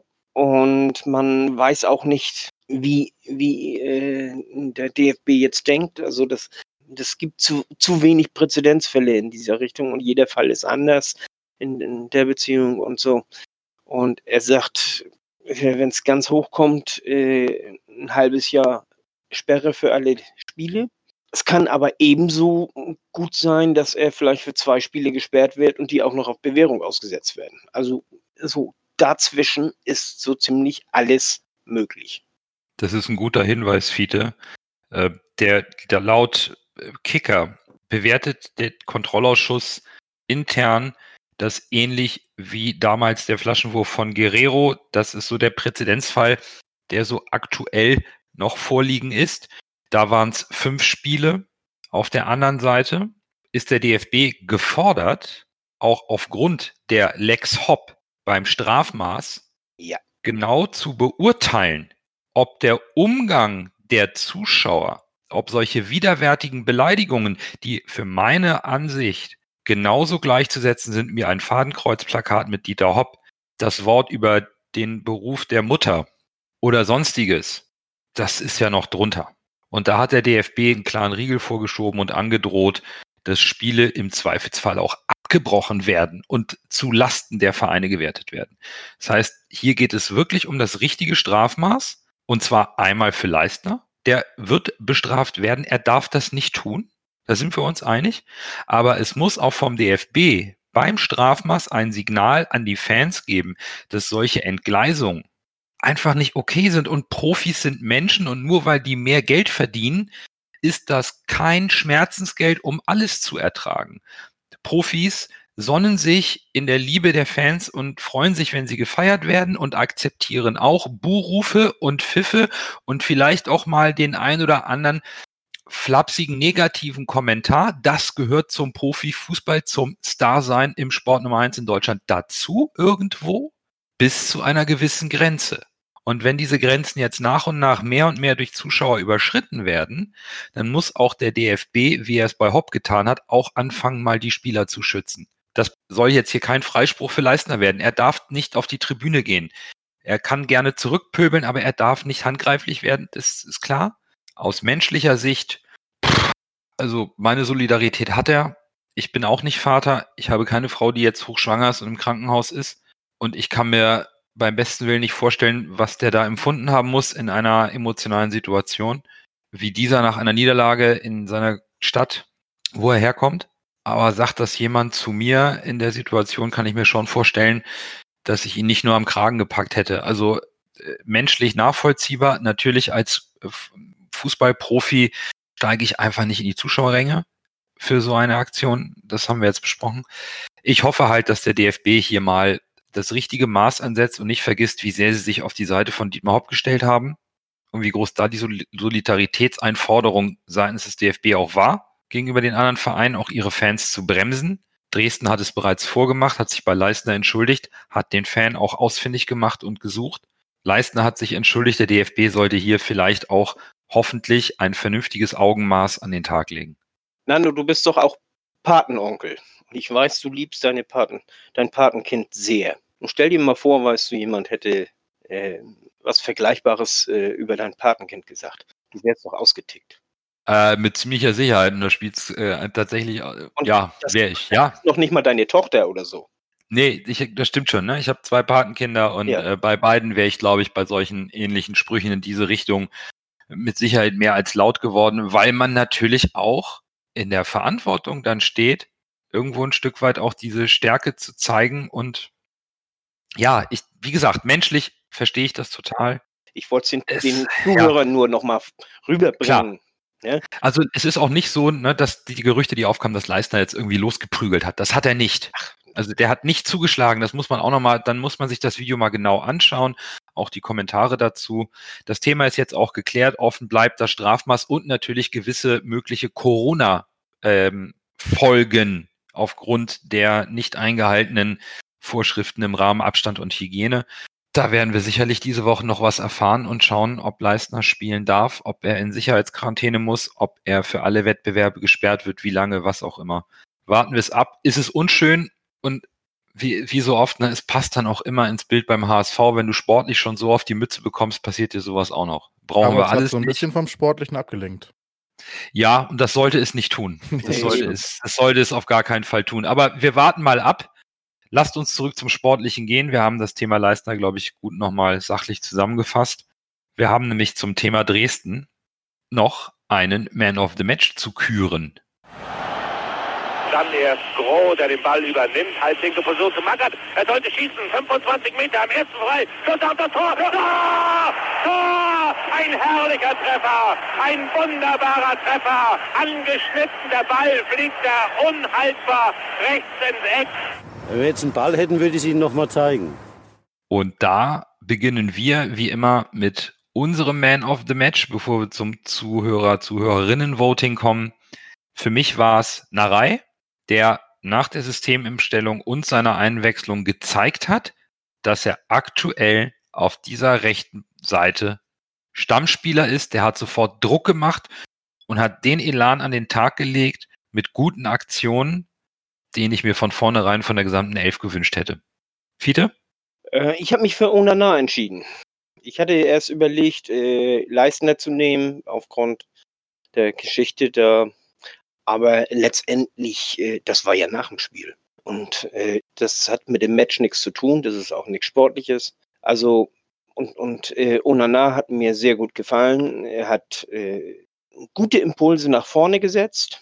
Und man weiß auch nicht, wie, wie äh, der D F B jetzt denkt. Also das, das gibt zu, zu wenig Präzedenzfälle in dieser Richtung und jeder Fall ist anders in, in der Beziehung und so. Und er sagt, wenn es ganz hoch kommt, äh, ein halbes Jahr Sperre für alle Spiele. Es kann aber ebenso gut sein, dass er vielleicht für zwei Spiele gesperrt wird und die auch noch auf Bewährung ausgesetzt werden. Also so. Dazwischen ist so ziemlich alles möglich. Das ist ein guter Hinweis, Fiete. Äh, der, der laut Kicker bewertet der Kontrollausschuss intern das ähnlich wie damals der Flaschenwurf von Guerrero. Das ist so der Präzedenzfall, der so aktuell noch vorliegen ist. Da waren es fünf Spiele. Auf der anderen Seite ist der D F B gefordert, auch aufgrund der Lex Hopp beim Strafmaß ja. genau zu beurteilen, ob der Umgang der Zuschauer, ob solche widerwärtigen Beleidigungen, die für meine Ansicht genauso gleichzusetzen sind wie ein Fadenkreuzplakat mit Dieter Hopp, das Wort über den Beruf der Mutter oder sonstiges, das ist ja noch drunter. Und da hat der D F B einen klaren Riegel vorgeschoben und angedroht, dass Spiele im Zweifelsfall auch abgebrochen werden und zu Lasten der Vereine gewertet werden. Das heißt, hier geht es wirklich um das richtige Strafmaß, und zwar einmal für Leistner. Der wird bestraft werden, er darf das nicht tun, da sind wir uns einig, aber es muss auch vom D F B beim Strafmaß ein Signal an die Fans geben, dass solche Entgleisungen einfach nicht okay sind, und Profis sind Menschen, und nur weil die mehr Geld verdienen, ist das kein Schmerzensgeld, um alles zu ertragen. Profis sonnen sich in der Liebe der Fans und freuen sich, wenn sie gefeiert werden, und akzeptieren auch Buhrufe und Pfiffe und vielleicht auch mal den ein oder anderen flapsigen negativen Kommentar. Das gehört zum Profifußball, zum Starsein im Sport Nummer eins in Deutschland dazu irgendwo, bis zu einer gewissen Grenze. Und wenn diese Grenzen jetzt nach und nach mehr und mehr durch Zuschauer überschritten werden, dann muss auch der D F B, wie er es bei Hopp getan hat, auch anfangen, mal die Spieler zu schützen. Das soll jetzt hier kein Freispruch für Leistner werden. Er darf nicht auf die Tribüne gehen. Er kann gerne zurückpöbeln, aber er darf nicht handgreiflich werden, das ist klar. Aus menschlicher Sicht, also meine Solidarität hat er. Ich bin auch nicht Vater. Ich habe keine Frau, die jetzt hochschwanger ist und im Krankenhaus ist. Und ich kann mir beim besten Willen nicht vorstellen, was der da empfunden haben muss in einer emotionalen Situation, wie dieser nach einer Niederlage in seiner Stadt, wo er herkommt. Aber sagt das jemand zu mir in der Situation, kann ich mir schon vorstellen, dass ich ihn nicht nur am Kragen gepackt hätte. Also äh, menschlich nachvollziehbar. Natürlich als äh, Fußballprofi steige ich einfach nicht in die Zuschauerränge für so eine Aktion. Das haben wir jetzt besprochen. Ich hoffe halt, dass der D F B hier mal das richtige Maß ansetzt und nicht vergisst, wie sehr sie sich auf die Seite von Dietmar Hopp gestellt haben und wie groß da die Solidaritätseinforderung seitens des D F B auch war, gegenüber den anderen Vereinen auch ihre Fans zu bremsen. Dresden hat es bereits vorgemacht, hat sich bei Leistner entschuldigt, hat den Fan auch ausfindig gemacht und gesucht. Leistner hat sich entschuldigt, der D F B sollte hier vielleicht auch hoffentlich ein vernünftiges Augenmaß an den Tag legen. Nando, du bist doch auch Patenonkel. Und ich weiß, du liebst deine Paten, dein Patenkind sehr. Und stell dir mal vor, weißt du, jemand hätte äh, was Vergleichbares äh, über dein Patenkind gesagt. Du wärst doch ausgetickt. Äh, mit ziemlicher Sicherheit. Und da spielt äh, tatsächlich, äh, Und ja, das- wäre ich, ja. Das ist noch nicht mal deine Tochter oder so. Nee, ich, das stimmt schon. Ne? Ich habe zwei Patenkinder und Ja. äh, bei beiden wäre ich, glaube ich, bei solchen ähnlichen Sprüchen in diese Richtung mit Sicherheit mehr als laut geworden, weil man natürlich auch in der Verantwortung dann steht, irgendwo ein Stück weit auch diese Stärke zu zeigen. Und ja, ich, wie gesagt, menschlich verstehe ich das total. Ich wollte den, Es- den Zuhörern nur noch mal rüberbringen. Also es ist auch nicht so, ne, dass die Gerüchte, die aufkamen, dass Leistner jetzt irgendwie losgeprügelt hat. Das hat er nicht. Also der hat nicht zugeschlagen. Das muss man auch nochmal, dann muss man sich das Video mal genau anschauen. Auch die Kommentare dazu. Das Thema ist jetzt auch geklärt. Offen bleibt das Strafmaß und natürlich gewisse mögliche Corona-Folgen aufgrund der nicht eingehaltenen Vorschriften im Rahmen Abstand und Hygiene. Da werden wir sicherlich diese Woche noch was erfahren und schauen, ob Leistner spielen darf, ob er in Sicherheitsquarantäne muss, ob er für alle Wettbewerbe gesperrt wird, wie lange, was auch immer. Warten wir es ab. Ist es unschön und wie, wie so oft, ne, es passt dann auch immer ins Bild beim H S V, wenn du sportlich schon so auf die Mütze bekommst, passiert dir sowas auch noch. Brauchen Aber wir es hat alles so ein nicht. bisschen vom Sportlichen abgelenkt. Ja, und das sollte es nicht tun. Das Nee, sollte eben. es, das sollte es auf gar keinen Fall tun. Aber wir warten mal ab. Lasst uns zurück zum Sportlichen gehen. Wir haben das Thema Leistner, glaube ich, gut nochmal sachlich zusammengefasst. Wir haben nämlich zum Thema Dresden noch einen Man of the Match zu küren. Dann erst Groh, der den Ball übernimmt. Halblinke Position zu Magath. Er sollte schießen. fünfundzwanzig Meter am ersten frei. Schuss auf das Tor. Tor! Tor! Ein herrlicher Treffer. Ein wunderbarer Treffer. Angeschnitten. Der Ball fliegt da unhaltbar rechts ins Eck. Wenn wir jetzt einen Ball hätten, würde ich es Ihnen nochmal zeigen. Und da beginnen wir wie immer mit unserem Man of the Match, bevor wir zum Zuhörer, Zuhörerinnen-Voting kommen. Für mich war es Narei, der nach der Systemumstellung und seiner Einwechslung gezeigt hat, dass er aktuell auf dieser rechten Seite Stammspieler ist. Der hat sofort Druck gemacht und hat den Elan an den Tag gelegt mit guten Aktionen, den ich mir von vornherein von der gesamten Elf gewünscht hätte. Fiete? Äh, ich habe mich für Onana entschieden. ich hatte erst überlegt, äh, Leistner zu nehmen, aufgrund der Geschichte da. Aber letztendlich, äh, das war ja nach dem Spiel. Und äh, das hat mit dem Match nichts zu tun. Das ist auch nichts Sportliches. Also, und, und äh, Onana hat mir sehr gut gefallen. Er hat äh, gute Impulse nach vorne gesetzt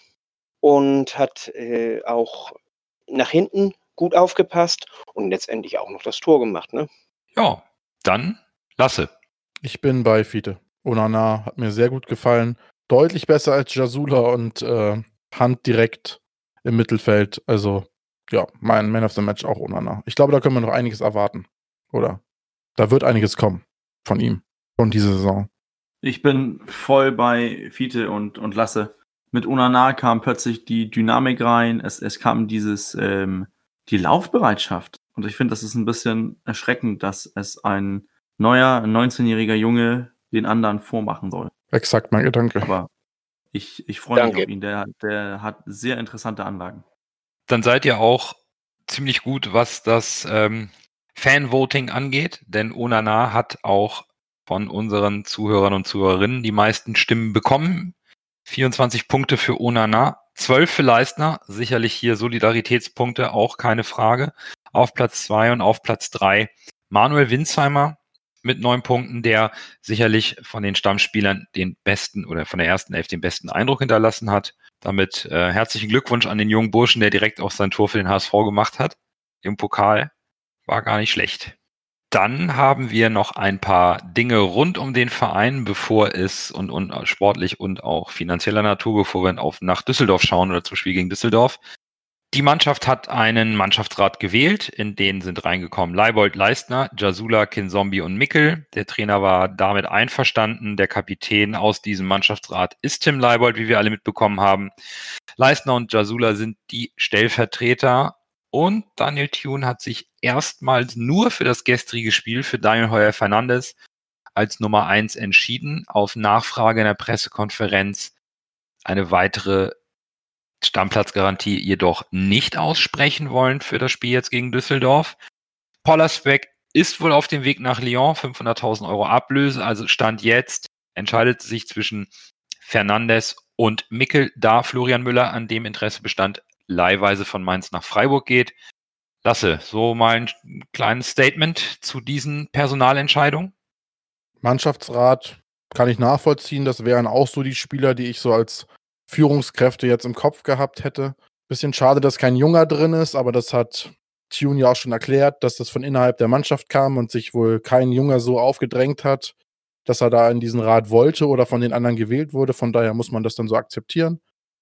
und hat äh, auch nach hinten gut aufgepasst und letztendlich auch noch das Tor gemacht, ne? Ja, dann Lasse. Ich bin bei Fiete. Onana hat mir sehr gut gefallen. Deutlich besser als Jasula und äh, Hand direkt im Mittelfeld. Also, ja, mein Man of the Match auch Onana. Ich glaube, da können wir noch einiges erwarten. Oder da wird einiges kommen von ihm, von dieser Saison. Ich bin voll bei Fiete und, und Lasse. Mit Onana kam plötzlich die Dynamik rein. Es, es kam dieses, ähm, die Laufbereitschaft. Und ich finde, das ist ein bisschen erschreckend, dass es ein neuer, ein neunzehnjähriger Junge den anderen vormachen soll. Exakt mein Gedanke. Aber ich, ich freue mich Danke. auf ihn. Der, der hat sehr interessante Anlagen. Dann seid ihr auch ziemlich gut, was das ähm, Fan-Voting angeht, denn Onana hat auch von unseren Zuhörern und Zuhörerinnen die meisten Stimmen bekommen. vierundzwanzig Punkte für Onana, zwölf für Leistner, sicherlich hier Solidaritätspunkte, auch keine Frage. Auf Platz zwei und auf Platz drei Manuel Winsheimer mit neun Punkten, der sicherlich von den Stammspielern den besten oder von der ersten Elf den besten Eindruck hinterlassen hat. Damit äh, herzlichen Glückwunsch an den jungen Burschen, der direkt auch sein Tor für den H S V gemacht hat. Im Pokal war gar nicht schlecht. Dann haben wir noch ein paar Dinge rund um den Verein, bevor es und, und sportlich und auch finanzieller Natur, bevor wir auf, nach Düsseldorf schauen oder zum Spiel gegen Düsseldorf. Die Mannschaft hat einen Mannschaftsrat gewählt, in den sind reingekommen Leibold, Leistner, Jasula, Kinzombie und Mickel. Der Trainer war damit einverstanden. Der Kapitän aus diesem Mannschaftsrat ist Tim Leibold, wie wir alle mitbekommen haben. Leistner und Jasula sind die Stellvertreter. Und Daniel Thune hat sich erstmals nur für das gestrige Spiel für Daniel Heuer-Fernandes als Nummer eins entschieden. Auf Nachfrage in der Pressekonferenz eine weitere Stammplatzgarantie jedoch nicht aussprechen wollen für das Spiel jetzt gegen Düsseldorf. Pollersbeck ist wohl auf dem Weg nach Lyon, fünfhunderttausend Euro Ablöse, also Stand jetzt entscheidet sich zwischen Fernandes und Mickel, da Florian Müller an dem Interesse bestand, leihweise von Mainz nach Freiburg geht. Lasse, so mal ein kleines Statement zu diesen Personalentscheidungen. Mannschaftsrat kann ich nachvollziehen. Das wären auch so die Spieler, die ich so als Führungskräfte jetzt im Kopf gehabt hätte. Bisschen schade, dass kein Junger drin ist, aber das hat Thune ja auch schon erklärt, dass das von innerhalb der Mannschaft kam und sich wohl kein Junger so aufgedrängt hat, dass er da in diesen Rat wollte oder von den anderen gewählt wurde. Von daher muss man das dann so akzeptieren.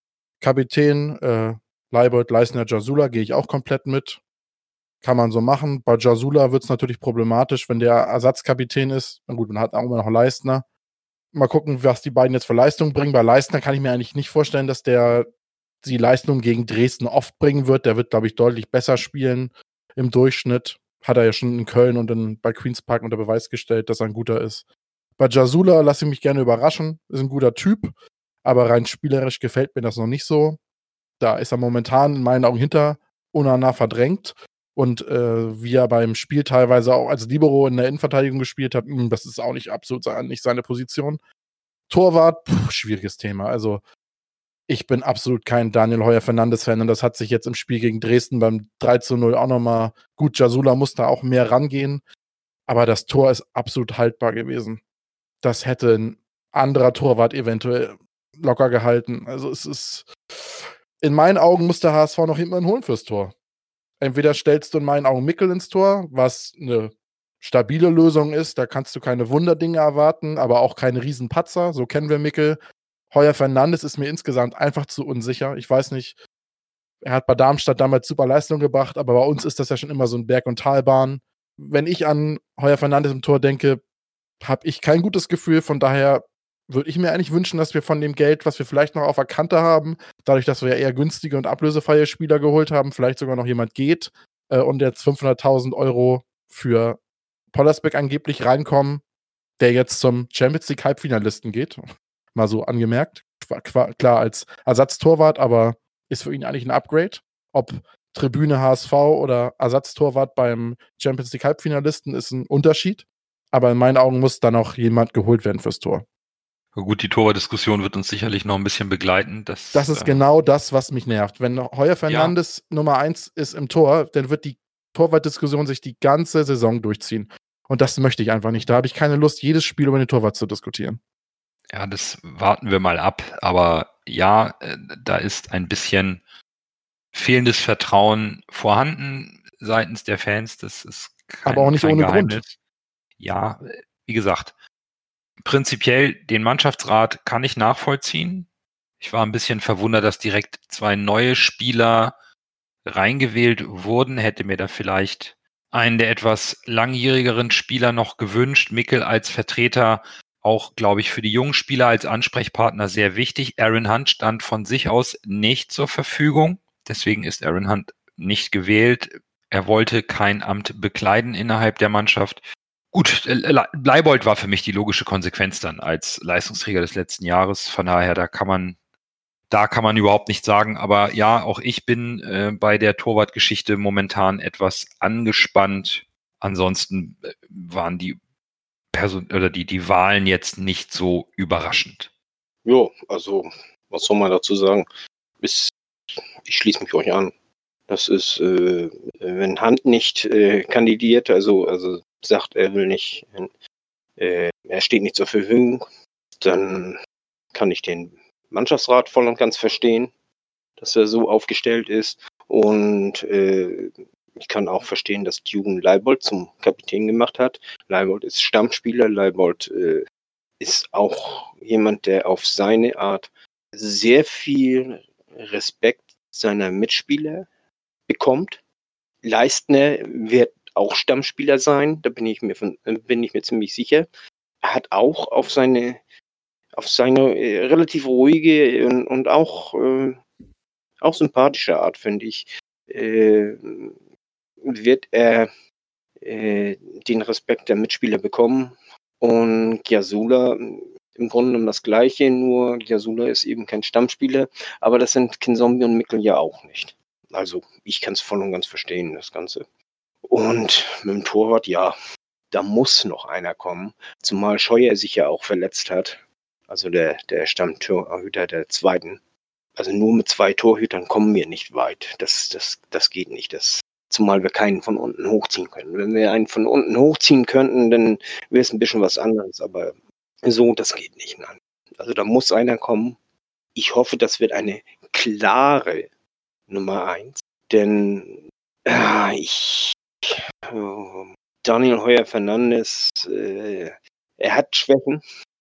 Kapitän, äh, Leibold, Leistner, Jasula gehe ich auch komplett mit. Kann man so machen. Bei Jasula wird es natürlich problematisch, wenn der Ersatzkapitän ist. Na gut, man hat auch immer noch Leistner. Mal gucken, was die beiden jetzt für Leistung bringen. Bei Leistner kann ich mir eigentlich nicht vorstellen, dass der die Leistung gegen Dresden oft bringen wird. Der wird, glaube ich, deutlich besser spielen im Durchschnitt. Hat er ja schon in Köln und in, bei Queen's Park unter Beweis gestellt, dass er ein guter ist. Bei Jasula lasse ich mich gerne überraschen. Ist ein guter Typ, aber rein spielerisch gefällt mir das noch nicht so. Da ist er momentan in meinen Augen hinter Onana verdrängt. Und äh, wie er beim Spiel teilweise auch als Libero in der Innenverteidigung gespielt hat, mh, das ist auch nicht absolut nicht seine Position. Torwart, pff, schwieriges Thema. Also ich bin absolut kein Daniel Heuer-Fernandes-Fan und das hat sich jetzt im Spiel gegen Dresden beim drei zu null auch nochmal, gut, Jasula muss da auch mehr rangehen, aber das Tor ist absolut haltbar gewesen. Das hätte ein anderer Torwart eventuell locker gehalten. Also es ist, in meinen Augen muss der H S V noch jemanden holen fürs Tor. Entweder stellst du in meinen Augen Mickel ins Tor, was eine stabile Lösung ist, da kannst du keine Wunderdinge erwarten, aber auch keine Riesenpatzer, so kennen wir Mickel. Heuer-Fernandes ist mir insgesamt einfach zu unsicher. Ich weiß nicht, er hat bei Darmstadt damals super Leistung gebracht, aber bei uns ist das ja schon immer so ein Berg- und Talbahn. Wenn ich an Heuer-Fernandes im Tor denke, habe ich kein gutes Gefühl, von daher würde ich mir eigentlich wünschen, dass wir von dem Geld, was wir vielleicht noch auf der Kante haben, dadurch, dass wir ja eher günstige und ablösefreie Spieler geholt haben, vielleicht sogar noch jemand geht äh, und jetzt fünfhunderttausend Euro für Pollersbeck angeblich reinkommen, der jetzt zum Champions League Halbfinalisten geht. Mal so angemerkt. Klar als Ersatztorwart, aber ist für ihn eigentlich ein Upgrade. Ob Tribüne H S V oder Ersatztorwart beim Champions League Halbfinalisten ist ein Unterschied. aber in meinen Augen muss dann auch jemand geholt werden fürs Tor. Gut, die Torwart-Diskussion wird uns sicherlich noch ein bisschen begleiten. Das, Das ist äh, genau das, was mich nervt. Wenn Heuer Fernandes ja. Nummer eins ist im Tor, dann wird die Torwart-Diskussion sich die ganze Saison durchziehen. Und das möchte ich einfach nicht. Da habe ich keine Lust, jedes Spiel über den Torwart zu diskutieren. Ja, das warten wir mal ab. Aber ja, äh, da ist ein bisschen fehlendes Vertrauen vorhanden seitens der Fans. Das ist kein, aber auch nicht kein ohne Geheimnis. Grund. Ja, wie gesagt, prinzipiell den Mannschaftsrat kann ich nachvollziehen. Ich war ein bisschen verwundert, dass direkt zwei neue Spieler reingewählt wurden. Hätte mir da vielleicht einen der etwas langjährigeren Spieler noch gewünscht. Mikkel als Vertreter, auch, glaube ich, für die jungen Spieler als Ansprechpartner sehr wichtig. Aaron Hunt stand von sich aus nicht zur Verfügung. Deswegen ist Aaron Hunt nicht gewählt. Er wollte kein Amt bekleiden innerhalb der Mannschaft. Gut, Leibold war für mich die logische Konsequenz dann als Leistungsträger des letzten Jahres. Von daher, da kann man, da kann man überhaupt nichts sagen. Aber ja, auch ich bin äh, bei der Torwartgeschichte momentan etwas angespannt. Ansonsten waren die Person oder die, die Wahlen jetzt nicht so überraschend. Jo, also, was soll man dazu sagen? Bis, ich schließe mich euch an. Das ist, äh, wenn Hunt nicht äh, kandidiert, also, also sagt, er will nicht, äh, er steht nicht zur Verfügung, dann kann ich den Mannschaftsrat voll und ganz verstehen, dass er so aufgestellt ist. Und äh, ich kann auch verstehen, dass Dune Leibold zum Kapitän gemacht hat. Leibold ist Stammspieler, Leibold äh, ist auch jemand, der auf seine Art sehr viel Respekt seiner Mitspieler bekommt. Leistner wird auch Stammspieler sein, da bin ich mir von, bin ich mir ziemlich sicher. Er hat auch auf seine auf seine äh, relativ ruhige und, und auch äh, auch sympathische Art, finde ich, äh, wird er äh, den Respekt der Mitspieler bekommen. Und Gyasula im Grunde genommen das Gleiche, nur Gyasula ist eben kein Stammspieler, aber das sind Kinzombie und Mikkel ja auch nicht. Also ich kann es voll und ganz verstehen, das Ganze. Und mit dem Torwart, ja, da muss noch einer kommen, zumal Scheuer sich ja auch verletzt hat, also der, der Stammtorhüter der zweiten. Also nur mit zwei Torhütern kommen wir nicht weit. Das, das, das geht nicht. Das, zumal wir keinen von unten hochziehen können. Wenn wir einen von unten hochziehen könnten, dann wäre es ein bisschen was anderes. Aber so, das geht nicht. Nein. Also da muss einer kommen. Ich hoffe, das wird eine klare Nummer eins. Denn äh, ich äh, Daniel Heuer Fernandes, äh, er hat Schwächen.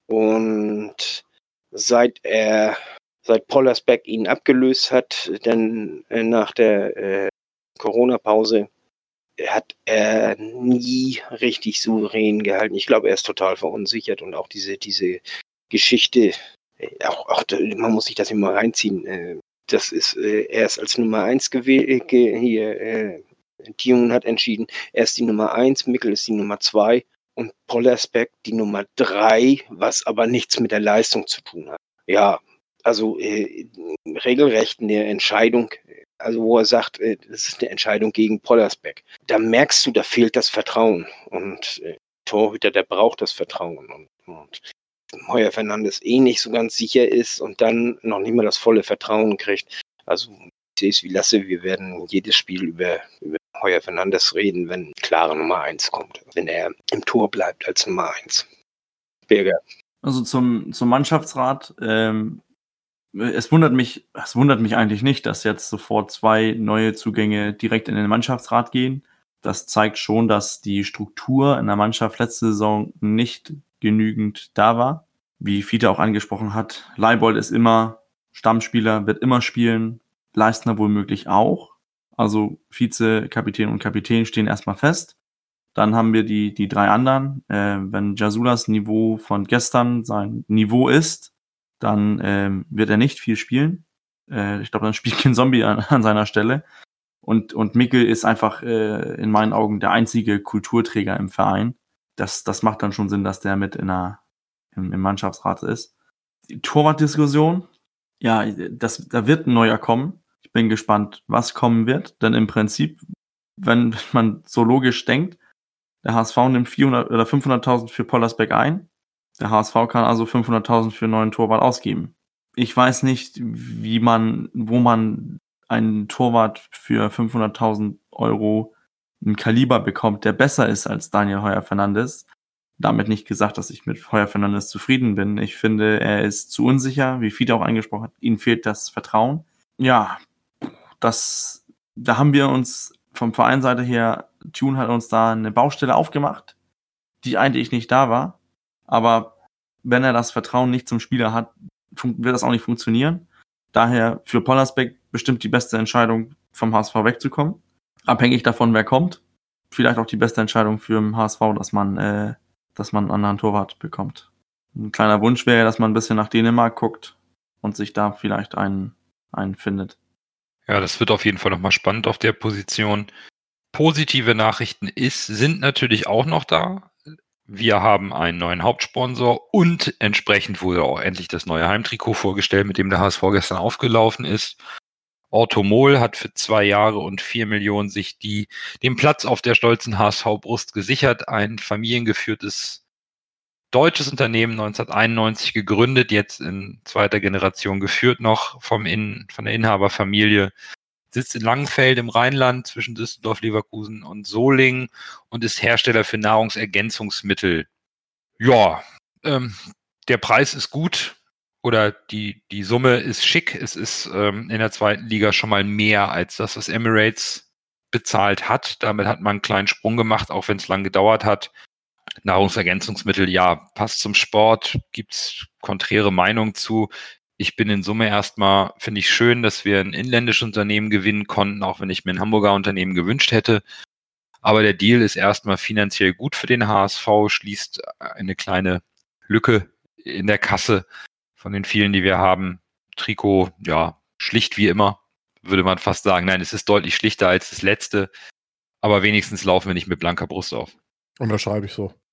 Und seit er seit Pollersbeck ihn abgelöst hat, dann äh, nach der äh, Corona-Pause, hat er nie richtig souverän gehalten. Ich glaube, er ist total verunsichert und auch diese, diese Geschichte, äh, auch, auch man muss sich das immer reinziehen. Äh, das ist, äh, er ist als Nummer eins gewählt, ge, hier, äh, Dune hat entschieden, er ist die Nummer eins, Mikkel ist die Nummer zwei und Pollersbeck die Nummer drei, was aber nichts mit der Leistung zu tun hat. Ja, also äh, regelrecht eine Entscheidung, also wo er sagt, äh, das ist eine Entscheidung gegen Pollersbeck. Da merkst du, da fehlt das Vertrauen. Und äh, Torhüter, der braucht das Vertrauen. Und, und Heuer Fernandes eh nicht so ganz sicher ist und dann noch nicht mal das volle Vertrauen kriegt. Also ich sehe es wie Lasse, wir werden jedes Spiel über, über Heuer Fernandes reden, wenn klare Nummer eins kommt. Wenn er im Tor bleibt als Nummer eins. Birger. Also zum, zum Mannschaftsrat, ähm, es wundert mich, es wundert mich eigentlich nicht, dass jetzt sofort zwei neue Zugänge direkt in den Mannschaftsrat gehen. Das zeigt schon, dass die Struktur in der Mannschaft letzte Saison nicht genügend da war. Wie Fiete auch angesprochen hat, Leibold ist immer Stammspieler, wird immer spielen, Leistner womöglich auch. Also Vize, Kapitän und Kapitän stehen erstmal fest. Dann haben wir die, die drei anderen. Äh, wenn Gyasulas Niveau von gestern sein Niveau ist, dann ähm, wird er nicht viel spielen. Äh, ich glaube, dann spielt kein Zombie an, an seiner Stelle. Und, und Mikkel ist einfach äh, in meinen Augen der einzige Kulturträger im Verein. Das, das macht dann schon Sinn, dass der mit in der, im, im Mannschaftsrat ist. Die Torwartdiskussion, ja, das, da wird ein neuer kommen. Ich bin gespannt, was kommen wird. Denn im Prinzip, wenn man so logisch denkt, Der H S V nimmt vierhundert oder fünfhunderttausend für Pollersbeck ein. Der H S V kann also fünfhunderttausend für einen neuen Torwart ausgeben. Ich weiß nicht, wie man, wo man einen Torwart für fünfhunderttausend Euro ein Kaliber bekommt, der besser ist als Daniel Heuer-Fernandes. Damit nicht gesagt, dass ich mit Heuer-Fernandes zufrieden bin. Ich finde, er ist zu unsicher, wie Fiete auch angesprochen hat. Ihm fehlt das Vertrauen. Ja, das, da haben wir uns vom Vereinsseite her, Thun hat uns da eine Baustelle aufgemacht, die eigentlich nicht da war. Aber wenn er das Vertrauen nicht zum Spieler hat, wird das auch nicht funktionieren. Daher für Pollersbeck bestimmt die beste Entscheidung, vom H S V wegzukommen. Abhängig davon, wer kommt. Vielleicht auch die beste Entscheidung für den H S V, dass man, äh, dass man einen anderen Torwart bekommt. Ein kleiner Wunsch wäre, dass man ein bisschen nach Dänemark guckt und sich da vielleicht einen, einen findet. Ja, das wird auf jeden Fall nochmal spannend auf der Position. Positive Nachrichten ist, sind natürlich auch noch da. Wir haben einen neuen Hauptsponsor und entsprechend wurde auch endlich das neue Heimtrikot vorgestellt, mit dem der H S V gestern aufgelaufen ist. Orthomol hat für zwei Jahre und vier Millionen sich die, den Platz auf der stolzen H S V-Brust gesichert. Ein familiengeführtes deutsches Unternehmen, neunzehnhunderteinundneunzig gegründet, jetzt in zweiter Generation geführt noch vom In, von der Inhaberfamilie. Sitzt in Langenfeld im Rheinland zwischen Düsseldorf, Leverkusen und Solingen und ist Hersteller für Nahrungsergänzungsmittel. Ja, ähm, der Preis ist gut oder die, die Summe ist schick. Es ist ähm, in der zweiten Liga schon mal mehr als das, was Emirates bezahlt hat. Damit hat man einen kleinen Sprung gemacht, auch wenn es lang gedauert hat. Nahrungsergänzungsmittel, ja, passt zum Sport, gibt's konträre Meinungen zu. Ich bin in Summe erstmal, finde ich schön, dass wir ein inländisches Unternehmen gewinnen konnten, auch wenn ich mir ein Hamburger Unternehmen gewünscht hätte. Aber der Deal ist erstmal finanziell gut für den H S V, schließt eine kleine Lücke in der Kasse von den vielen, die wir haben. Trikot, ja, schlicht wie immer, würde man fast sagen. Nein, es ist deutlich schlichter als das letzte, aber wenigstens laufen wir nicht mit blanker Brust auf. Unterschreibe ich so.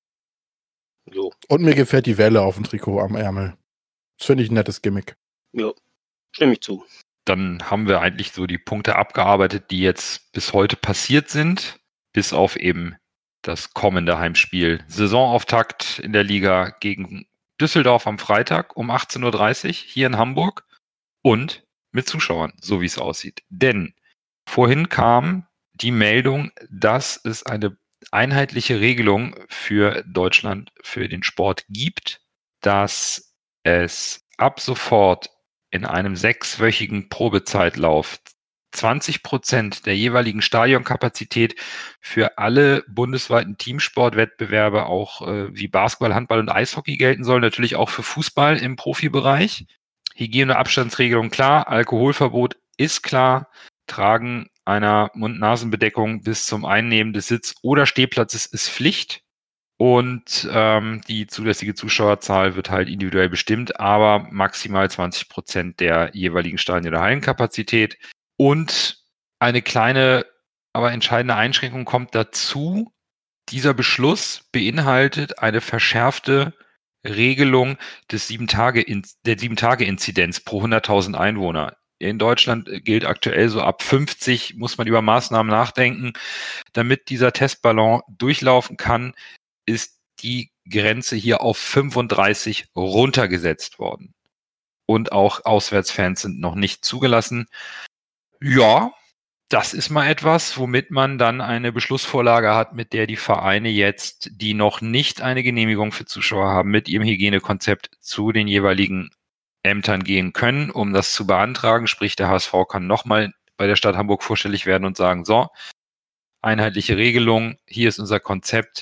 Jo. Und mir gefällt die Welle auf dem Trikot am Ärmel. Das finde ich ein nettes Gimmick. Ja, stimme ich zu. Dann haben wir eigentlich so die Punkte abgearbeitet, die jetzt bis heute passiert sind, bis auf eben das kommende Heimspiel. Saisonauftakt in der Liga gegen Düsseldorf am Freitag um achtzehn Uhr dreißig hier in Hamburg und mit Zuschauern, so wie es aussieht. Denn vorhin kam die Meldung, dass es eine einheitliche Regelung für Deutschland, für den Sport gibt, dass es ab sofort in einem sechswöchigen Probezeitlauf zwanzig Prozent der jeweiligen Stadionkapazität für alle bundesweiten Teamsportwettbewerbe, auch äh, wie Basketball, Handball und Eishockey gelten soll, natürlich auch für Fußball im Profibereich. Hygiene- und Abstandsregelung klar, Alkoholverbot ist klar, Tragen einer Mund-Nasen-Bedeckung bis zum Einnehmen des Sitz- oder Stehplatzes ist Pflicht. Und ähm, die zulässige Zuschauerzahl wird halt individuell bestimmt, aber maximal zwanzig Prozent der jeweiligen Stadien- oder Hallenkapazität. Und eine kleine, aber entscheidende Einschränkung kommt dazu. Dieser Beschluss beinhaltet eine verschärfte Regelung des Sieben-Tage- der sieben-Tage-Inzidenz pro hunderttausend Einwohner. In Deutschland gilt aktuell so ab fünfzig, muss man über Maßnahmen nachdenken. Damit dieser Testballon durchlaufen kann, ist die Grenze hier auf fünfunddreißig runtergesetzt worden. Und auch Auswärtsfans sind noch nicht zugelassen. Ja, das ist mal etwas, womit man dann eine Beschlussvorlage hat, mit der die Vereine jetzt, die noch nicht eine Genehmigung für Zuschauer haben, mit ihrem Hygienekonzept zu den jeweiligen Ämtern gehen können, um das zu beantragen. Sprich, der H S V kann nochmal bei der Stadt Hamburg vorstellig werden und sagen, so, einheitliche Regelung, hier ist unser Konzept,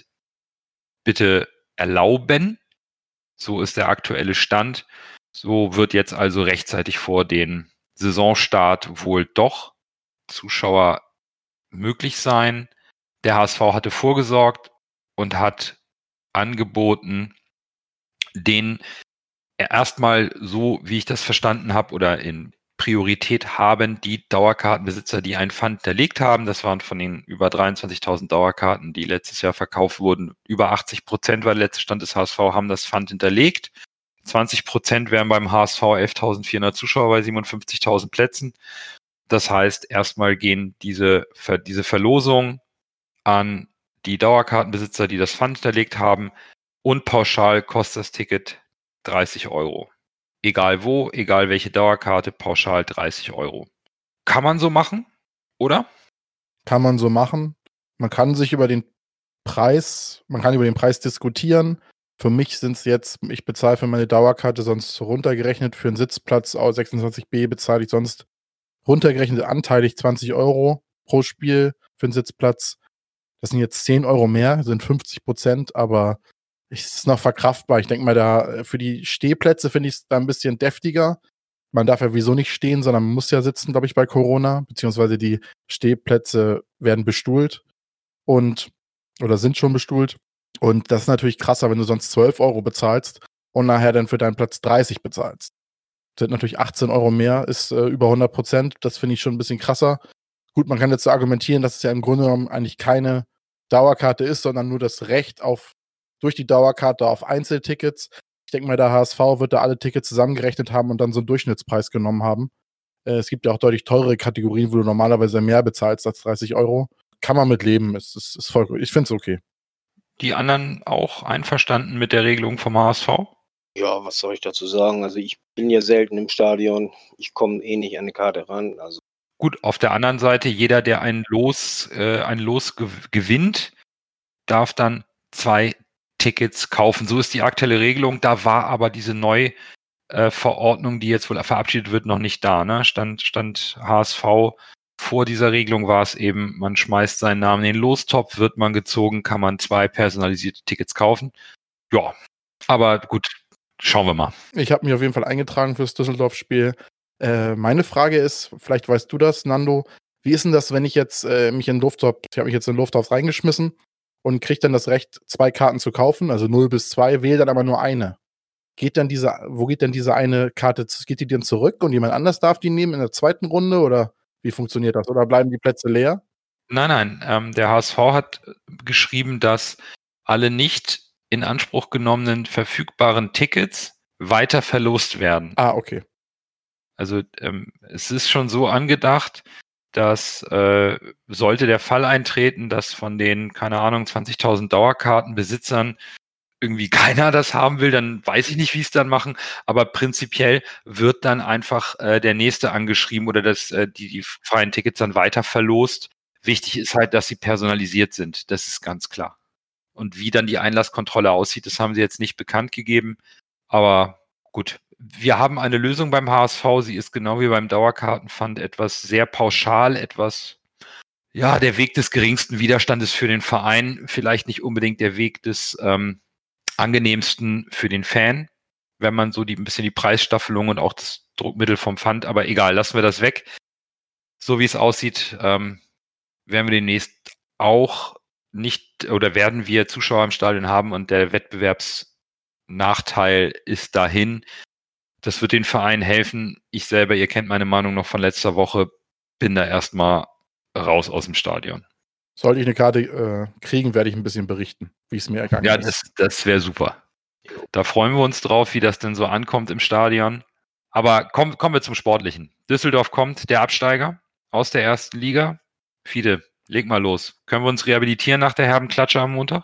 bitte erlauben. So ist der aktuelle Stand. So wird jetzt also rechtzeitig vor den Saisonstart wohl doch Zuschauer möglich sein. Der H S V hatte vorgesorgt und hat angeboten, den erstmal so, wie ich das verstanden habe, oder in Priorität haben die Dauerkartenbesitzer, die ein Pfand hinterlegt haben. Das waren von den über dreiundzwanzigtausend Dauerkarten, die letztes Jahr verkauft wurden. Über achtzig Prozent war der letzte Stand des H S V, haben das Pfand hinterlegt. zwanzig Prozent wären beim H S V elftausendvierhundert Zuschauer bei siebenundfünfzigtausend Plätzen. Das heißt, erstmal gehen diese, diese Verlosung an die Dauerkartenbesitzer, die das Pfand hinterlegt haben, und pauschal kostet das Ticket dreißig Euro. Egal wo, egal welche Dauerkarte, pauschal dreißig Euro. Kann man so machen, oder? Kann man so machen. Man kann sich über den Preis, man kann über den Preis diskutieren. Für mich sind es jetzt, ich bezahle für meine Dauerkarte sonst runtergerechnet, für einen Sitzplatz aus sechsundzwanzig b bezahle ich sonst runtergerechnet anteilig zwanzig Euro pro Spiel für einen Sitzplatz. Das sind jetzt zehn Euro mehr, sind fünfzig Prozent, aber es ist noch verkraftbar. Ich denke mal, da für die Stehplätze finde ich es da ein bisschen deftiger. Man darf ja wieso nicht stehen, sondern man muss ja sitzen, glaube ich, bei Corona, beziehungsweise die Stehplätze werden bestuhlt und oder sind schon bestuhlt. Und das ist natürlich krasser, wenn du sonst zwölf Euro bezahlst und nachher dann für deinen Platz dreißig bezahlst. Das sind natürlich achtzehn Euro mehr, ist äh, über hundert Prozent. Das finde ich schon ein bisschen krasser. Gut, man kann jetzt so argumentieren, dass es ja im Grunde genommen eigentlich keine Dauerkarte ist, sondern nur das Recht auf durch die Dauerkarte auf Einzeltickets. Ich denke mal, der H S V wird da alle Tickets zusammengerechnet haben und dann so einen Durchschnittspreis genommen haben. Äh, es gibt ja auch deutlich teurere Kategorien, wo du normalerweise mehr bezahlst als dreißig Euro. Kann man mit leben. Es ist, ist voll, ich finde es okay. Die anderen auch einverstanden mit der Regelung vom H S V? Ja, was soll ich dazu sagen? Also ich bin ja selten im Stadion. Ich komme eh nicht an eine Karte ran. Also Gut, auf der anderen Seite, jeder, der ein Los, äh, ein Los gew- gewinnt, darf dann zwei Tickets kaufen. So ist die aktuelle Regelung. Da war aber diese Neuverordnung, die jetzt wohl verabschiedet wird, noch nicht da. Ne? Stand, stand H S V vor dieser Regelung war es eben, man schmeißt seinen Namen in den Lostopf, wird man gezogen, kann man zwei personalisierte Tickets kaufen. Ja, aber gut, schauen wir mal. Ich habe mich auf jeden Fall eingetragen fürs Düsseldorf-Spiel. Äh, meine Frage ist, vielleicht weißt du das, Nando, wie ist denn das, wenn ich jetzt äh, mich in Lufttopf, ich habe mich jetzt in Lufttopf reingeschmissen und kriege dann das Recht, zwei Karten zu kaufen, also null bis zwei, wähle dann aber nur eine. Geht dann diese, wo geht denn diese eine Karte, geht die denn zurück und jemand anders darf die nehmen in der zweiten Runde oder wie funktioniert das? Oder bleiben die Plätze leer? Nein, nein, ähm, der H S V hat geschrieben, dass alle nicht in Anspruch genommenen verfügbaren Tickets weiter verlost werden. Ah, okay. Also ähm, es ist schon so angedacht, dass äh, sollte der Fall eintreten, dass von den, keine Ahnung, zwanzigtausend Dauerkartenbesitzern irgendwie keiner das haben will, dann weiß ich nicht, wie es dann machen, aber prinzipiell wird dann einfach äh, der nächste angeschrieben oder dass äh, die, die freien Tickets dann weiter verlost. Wichtig ist halt, dass sie personalisiert sind, das ist ganz klar. Und wie dann die Einlasskontrolle aussieht, das haben sie jetzt nicht bekannt gegeben, aber gut. Wir haben eine Lösung beim H S V, sie ist genau wie beim Dauerkartenpfand etwas sehr pauschal, etwas, ja, der Weg des geringsten Widerstandes für den Verein, vielleicht nicht unbedingt der Weg des ähm, angenehmsten für den Fan, wenn man so die, ein bisschen die Preisstaffelung und auch das Druckmittel vom Pfand, aber egal, lassen wir das weg. So wie es aussieht, ähm, werden wir demnächst auch nicht oder werden wir Zuschauer im Stadion haben und der Wettbewerbsnachteil ist dahin. Das wird den Verein helfen. Ich selber, ihr kennt meine Meinung noch von letzter Woche, bin da erstmal raus aus dem Stadion. Sollte ich eine Karte äh, kriegen, werde ich ein bisschen berichten, wie es mir ergangen Ja, ist. das, das wäre super. Da freuen wir uns drauf, wie das denn so ankommt im Stadion. Aber komm, kommen wir zum Sportlichen. Düsseldorf kommt, der Absteiger aus der ersten Liga. Fide, leg mal los. Können wir uns rehabilitieren nach der herben Klatsche am Montag?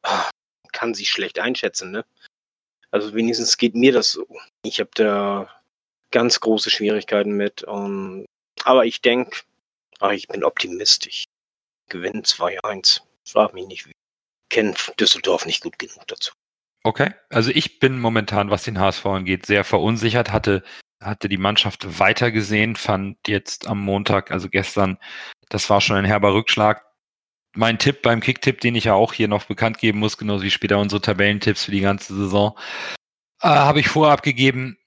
kann sich schlecht einschätzen, ne? Also wenigstens geht mir das so. Ich habe da ganz große Schwierigkeiten mit. Und, aber ich denke, ich bin optimistisch. Gewinnen zwei eins. Frag mich nicht, wie. Ich kenne Düsseldorf nicht gut genug dazu. Okay, also ich bin momentan, was den H S V angeht, sehr verunsichert, hatte, hatte die Mannschaft weiter gesehen, fand jetzt am Montag, also gestern, das war schon ein herber Rückschlag. Mein Tipp beim Kicktipp, den ich ja auch hier noch bekannt geben muss, genauso wie später unsere Tabellentipps für die ganze Saison, äh, habe ich vorher abgegeben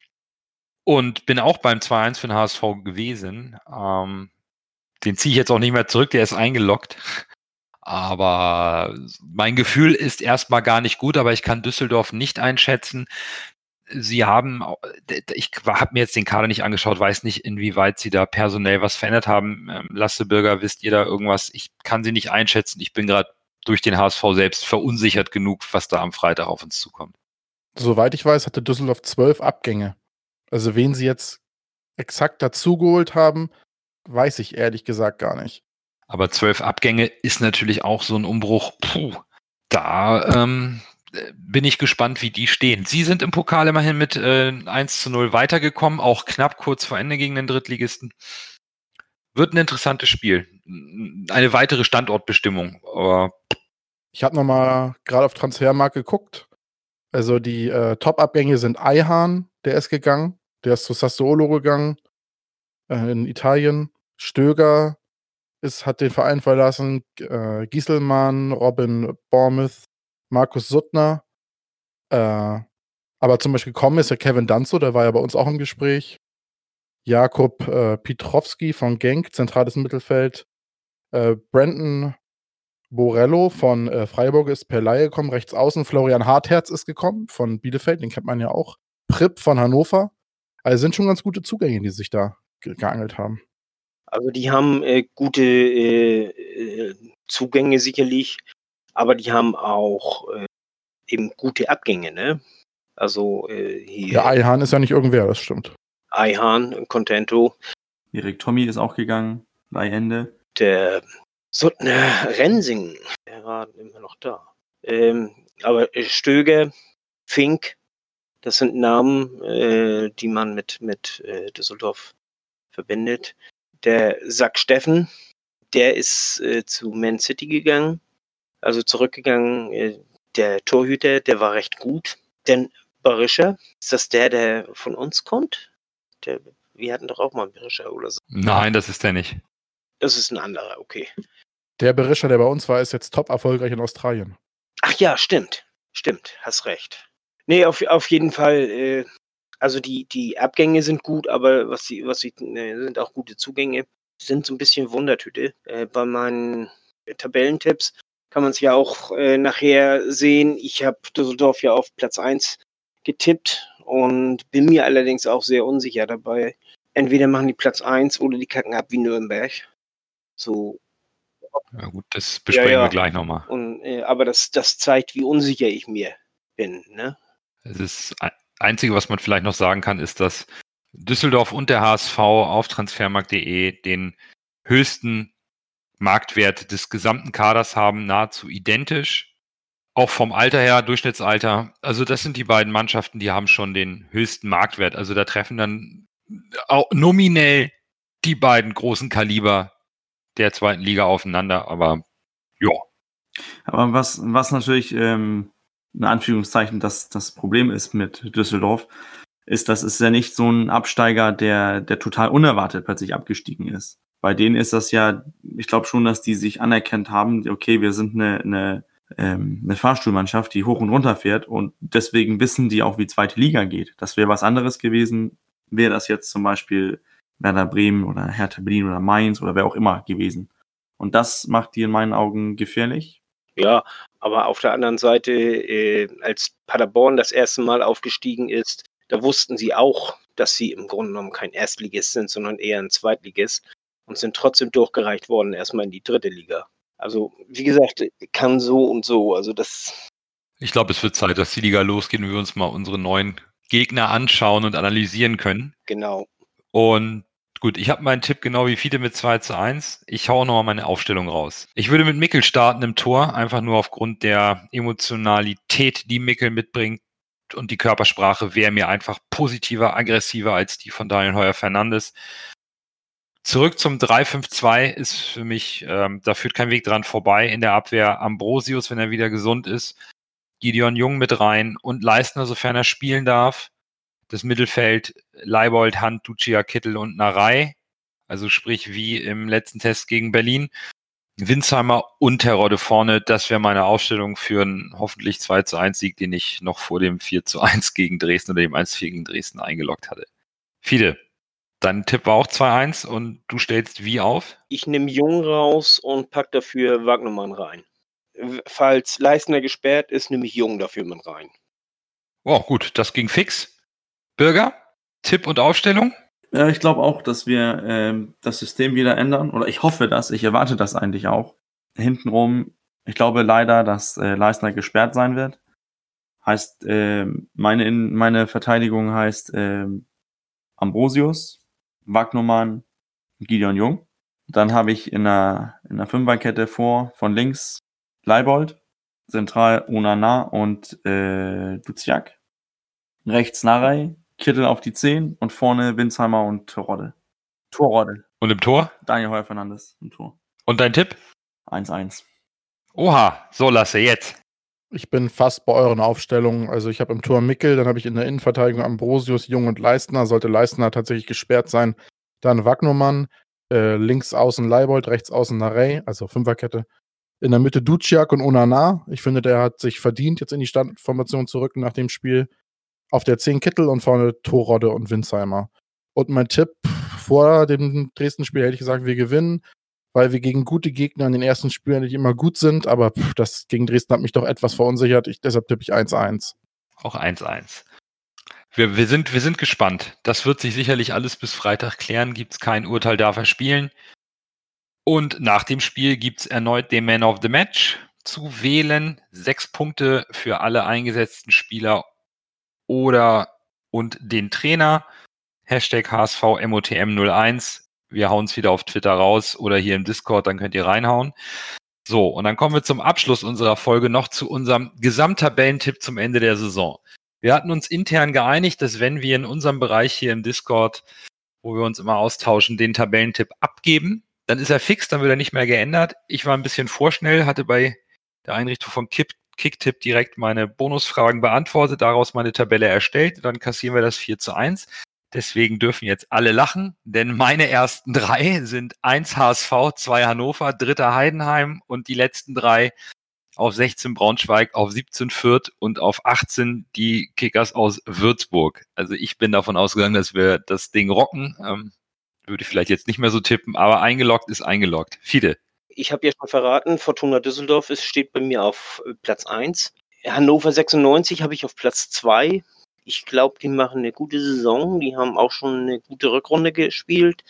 und bin auch beim zwei eins für den H S V gewesen. Ähm, den ziehe ich jetzt auch nicht mehr zurück, der ist eingeloggt. Aber mein Gefühl ist erstmal gar nicht gut, aber ich kann Düsseldorf nicht einschätzen. Sie haben, ich habe mir jetzt den Kader nicht angeschaut, weiß nicht, inwieweit sie da personell was verändert haben. Ähm, Lasse Bürger, wisst ihr da irgendwas? Ich kann sie nicht einschätzen. Ich bin gerade durch den H S V selbst verunsichert genug, was da am Freitag auf uns zukommt. Soweit ich weiß, hatte Düsseldorf zwölf Abgänge. Also wen sie jetzt exakt dazugeholt haben, weiß ich ehrlich gesagt gar nicht. Aber zwölf Abgänge ist natürlich auch so ein Umbruch. Puh, da ähm, bin ich gespannt, wie die stehen. Sie sind im Pokal immerhin mit äh, eins zu null weitergekommen, auch knapp kurz vor Ende gegen den Drittligisten. Wird ein interessantes Spiel. Eine weitere Standortbestimmung. Aber Ich habe nochmal gerade auf Transfermarkt geguckt. Also die äh, Top-Abgänge sind Ayhan, der ist gegangen. Der ist zu Sassuolo gegangen äh, in Italien. Stöger ist, hat den Verein verlassen. Äh, Gieselmann, Robin Bournemouth, Markus Suttner. Äh, aber zum Beispiel kommen ist ja Kevin Danzo, der war ja bei uns auch im Gespräch. Jakub äh, Pietrowski von Genk, zentrales Mittelfeld. Äh, Brandon Borello von äh, Freiburg ist per Laie gekommen, rechts außen. Florian Hartherz ist gekommen von Bielefeld, den kennt man ja auch. Pripp von Hannover. Also sind schon ganz gute Zugänge, die sich da ge geangelt haben. Also die haben äh, gute äh, äh, Zugänge sicherlich, aber die haben auch äh, eben gute Abgänge, ne? Also äh, hier Ja, Ayhan ist ja nicht irgendwer, das stimmt. Ayhan, Contento, Erik Tommy ist auch gegangen, Leihende. der Suttner, Rensing, der war immer noch da. Ähm, aber äh, Stöger, Fink, das sind Namen, äh, die man mit, mit äh, Düsseldorf verbindet. Der Sack Steffen, der ist äh, zu Man City gegangen, also zurückgegangen. Äh, der Torhüter, der war recht gut. Denn Barischer, ist das der, der von uns kommt? Der, wir hatten doch auch mal einen Barischer oder so. nein, das ist der nicht. Das ist ein anderer, okay. Der Berischer, der bei uns war, ist jetzt top erfolgreich in Australien. Ach ja, stimmt. Stimmt, hast recht. Nee, auf, auf jeden Fall, äh, also die, die Abgänge sind gut, aber was sie, was sie, äh, sind auch gute Zugänge. Sind so ein bisschen Wundertüte. Äh, bei meinen Tabellentipps kann man es ja auch äh, nachher sehen. Ich habe Düsseldorf ja auf Platz eins getippt und bin mir allerdings auch sehr unsicher dabei. Entweder machen die Platz eins oder die kacken ab wie Nürnberg. So. Ja gut, das besprechen Ja, ja. wir gleich nochmal. Und, äh, aber das, das zeigt, wie unsicher ich mir bin. Ne? Es ist ein- Einzige, was man vielleicht noch sagen kann, ist, dass Düsseldorf und der H S V auf transfermarkt punkt de den höchsten Marktwert des gesamten Kaders haben, nahezu identisch. Auch vom Alter her, Durchschnittsalter. Also das sind die beiden Mannschaften, die haben schon den höchsten Marktwert. Also da treffen dann auch nominell die beiden großen Kaliber der zweiten Liga aufeinander. Aber ja, Aber was, was natürlich ähm, in Anführungszeichen das, das Problem ist mit Düsseldorf, ist, dass es ja nicht so ein Absteiger, der, der total unerwartet plötzlich abgestiegen ist. Bei denen ist das ja, ich glaube schon, dass die sich anerkannt haben, okay, wir sind eine, eine, ähm, eine Fahrstuhlmannschaft, die hoch und runter fährt und deswegen wissen die auch, wie zweite Liga geht. Das wäre was anderes gewesen, wäre das jetzt zum Beispiel Werder Bremen oder Hertha Berlin oder Mainz oder wer auch immer gewesen. Und das macht die in meinen Augen gefährlich. Ja, aber auf der anderen Seite, äh, als Paderborn das erste Mal aufgestiegen ist, da wussten sie auch, dass sie im Grunde genommen kein Erstligist sind, sondern eher ein Zweitligist und sind trotzdem durchgereicht worden, erstmal in die dritte Liga. Also, wie gesagt, kann so und so. Also, das. ich glaube, es wird Zeit, dass die Liga losgeht und wir uns mal unsere neuen Gegner anschauen und analysieren können. Genau. Und gut, ich habe meinen Tipp genau wie Fiete mit zwei zu eins. Ich hau nochmal meine Aufstellung raus. Ich würde mit Mickel starten im Tor, einfach nur aufgrund der Emotionalität, die Mickel mitbringt und die Körpersprache wäre mir einfach positiver, aggressiver als die von Daniel Heuer-Fernandes. Zurück zum drei fünf zwei ist für mich, ähm, da führt kein Weg dran vorbei. In der Abwehr Ambrosius, wenn er wieder gesund ist. Gideon Jung mit rein und Leistner, sofern er spielen darf. Das Mittelfeld Leibold, Hand, Ducia, Kittel und Narei. Also sprich wie im letzten Test gegen Berlin. Winsheimer und Terodde vorne. Das wäre meine Aufstellung für einen hoffentlich zwei zu eins Sieg, den ich noch vor dem vier zu eins gegen Dresden oder dem eins zu vier gegen Dresden eingeloggt hatte. Fiete, dein Tipp war auch zwei eins und du stellst wie auf? Ich nehme Jung raus und pack dafür Wagnermann rein. Falls Leistner gesperrt ist, nehme ich Jung dafür mit rein. Oh, gut, das ging fix. Bürger, Tipp und Aufstellung? Ja, ich glaube auch, dass wir ähm, das System wieder ändern. Oder ich hoffe das, ich erwarte das eigentlich auch. Hintenrum, ich glaube leider, dass äh, Leistner gesperrt sein wird. Heißt, äh, meine, in, meine Verteidigung heißt äh, Ambrosius, Wagnermann, Gideon Jung. Dann habe ich in der, in der Fünferkette vor, von links Leibold, zentral Onana und äh, Duziak. Rechts Narei, Kittel auf die zehn und vorne Winsheimer und Torrodde. Torrodde. Und im Tor? Daniel Heuer Fernandes im Tor. Und dein Tipp? eins eins. Oha, so Lasse, jetzt. Ich bin fast bei euren Aufstellungen. Also ich habe im Tor Mickel, dann habe ich in der Innenverteidigung Ambrosius, Jung und Leistner. Sollte Leistner tatsächlich gesperrt sein, dann Wagnumann, äh, links außen Leibold, rechts außen Narey, also Fünferkette. In der Mitte Duciak und Onana. Ich finde, der hat sich verdient jetzt in die Standardformation zurück nach dem Spiel. Auf der zehn Kittel und vorne Torrodde und Winsheimer. Und mein Tipp vor dem Dresden-Spiel hätte ich gesagt, wir gewinnen, weil wir gegen gute Gegner in den ersten Spielen nicht immer gut sind, aber pff, das gegen Dresden hat mich doch etwas verunsichert. Ich, deshalb tippe ich eins eins. Auch eins eins. Wir, wir, sind, wir sind gespannt. Das wird sich sicherlich alles bis Freitag klären. Gibt es kein Urteil, darf er spielen. Und nach dem Spiel gibt es erneut den Man of the Match zu wählen. Sechs Punkte für alle eingesetzten Spieler oder und den Trainer. Hashtag H S V M O T M null eins. Wir hauen es wieder auf Twitter raus oder hier im Discord, dann könnt ihr reinhauen. So, und dann kommen wir zum Abschluss unserer Folge noch zu unserem Gesamttabellentipp zum Ende der Saison. Wir hatten uns intern geeinigt, dass wenn wir in unserem Bereich hier im Discord, wo wir uns immer austauschen, den Tabellentipp abgeben, dann ist er fix, dann wird er nicht mehr geändert. Ich war ein bisschen vorschnell, hatte bei der Einrichtung von Kick, Kicktipp direkt meine Bonusfragen beantwortet, daraus meine Tabelle erstellt. Dann kassieren wir das vier zu eins. Deswegen dürfen jetzt alle lachen, denn meine ersten drei sind eins H S V, zwei Hannover, dritter Heidenheim und die letzten drei auf sechzehn Braunschweig, auf siebzehn Fürth und auf achtzehn die Kickers aus Würzburg. Also ich bin davon ausgegangen, dass wir das Ding rocken. Ähm, würde ich vielleicht jetzt nicht mehr so tippen, aber eingeloggt ist eingeloggt. Fide. Ich habe ja schon verraten, Fortuna Düsseldorf ist, steht bei mir auf Platz eins. Hannover sechsundneunzig habe ich auf Platz zwei. Ich glaube, die machen eine gute Saison. Die haben auch schon eine gute Rückrunde gespielt.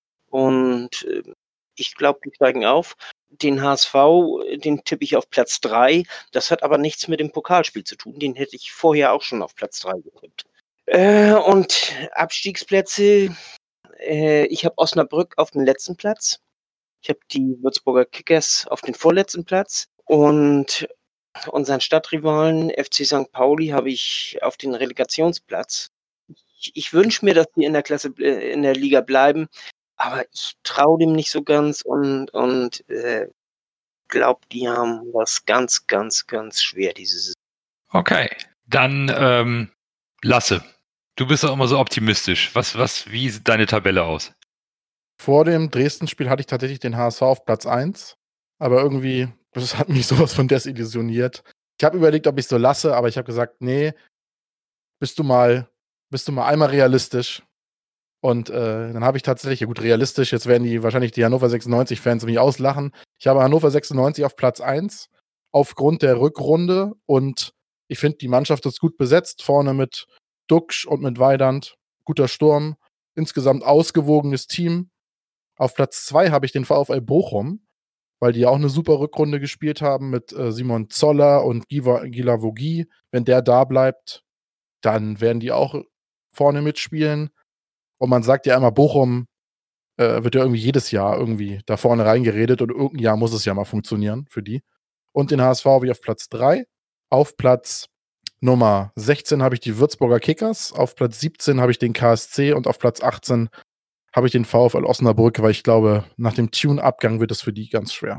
Und äh, ich glaube, die steigen auf. Den H S V, den tippe ich auf Platz drei. Das hat aber nichts mit dem Pokalspiel zu tun. Den hätte ich vorher auch schon auf Platz drei getippt. Äh, und Abstiegsplätze. Äh, ich habe Osnabrück auf den letzten Platz. Ich habe die Würzburger Kickers auf den vorletzten Platz. Und unseren Stadtrivalen F C Sankt Pauli habe ich auf den Relegationsplatz. Ich, ich wünsche mir, dass die in der Klasse, in der Liga bleiben, aber ich traue dem nicht so ganz und, und äh, glaube, die haben das ganz, ganz, ganz schwer diese Saison. Okay, dann ähm, Lasse. Du bist doch immer so optimistisch. Was, was, wie sieht deine Tabelle aus? Vor dem Dresden-Spiel hatte ich tatsächlich den H S V auf Platz eins, aber irgendwie, das hat mich sowas von desillusioniert. Ich habe überlegt, ob ich es so lasse, aber ich habe gesagt, nee, bist du mal, bist du mal einmal realistisch. Und äh, dann habe ich tatsächlich, ja gut, realistisch, jetzt werden die wahrscheinlich die Hannover sechsundneunzig-Fans mich auslachen. Ich habe Hannover sechsundneunzig auf Platz eins aufgrund der Rückrunde und ich finde, die Mannschaft ist gut besetzt, vorne mit Duxch und mit Weidand, guter Sturm, insgesamt ausgewogenes Team. Auf Platz zwei habe ich den VfL Bochum, weil die auch eine super Rückrunde gespielt haben mit äh, Simon Zoller und Giva, Gila Vogie. Wenn der da bleibt, dann werden die auch vorne mitspielen. Und man sagt ja immer, Bochum äh, wird ja irgendwie jedes Jahr irgendwie da vorne reingeredet und irgendein Jahr muss es ja mal funktionieren für die. Und den H S V habe ich auf Platz drei. Auf Platz Nummer sechzehn habe ich die Würzburger Kickers. Auf Platz siebzehn habe ich den K S C und auf Platz achtzehn habe ich den VfL Osnabrück, weil ich glaube, nach dem Tune-Abgang wird es für die ganz schwer.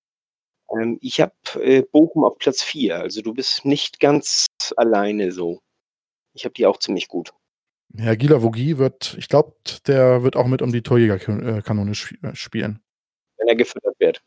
Ähm, ich habe äh, Bochum auf Platz vier, also du bist nicht ganz alleine so. Ich habe die auch ziemlich gut. Herr Gila Vogie wird, ich glaube, der wird auch mit um die Torjägerkanone sp- spielen. Wenn er gefüttert wird.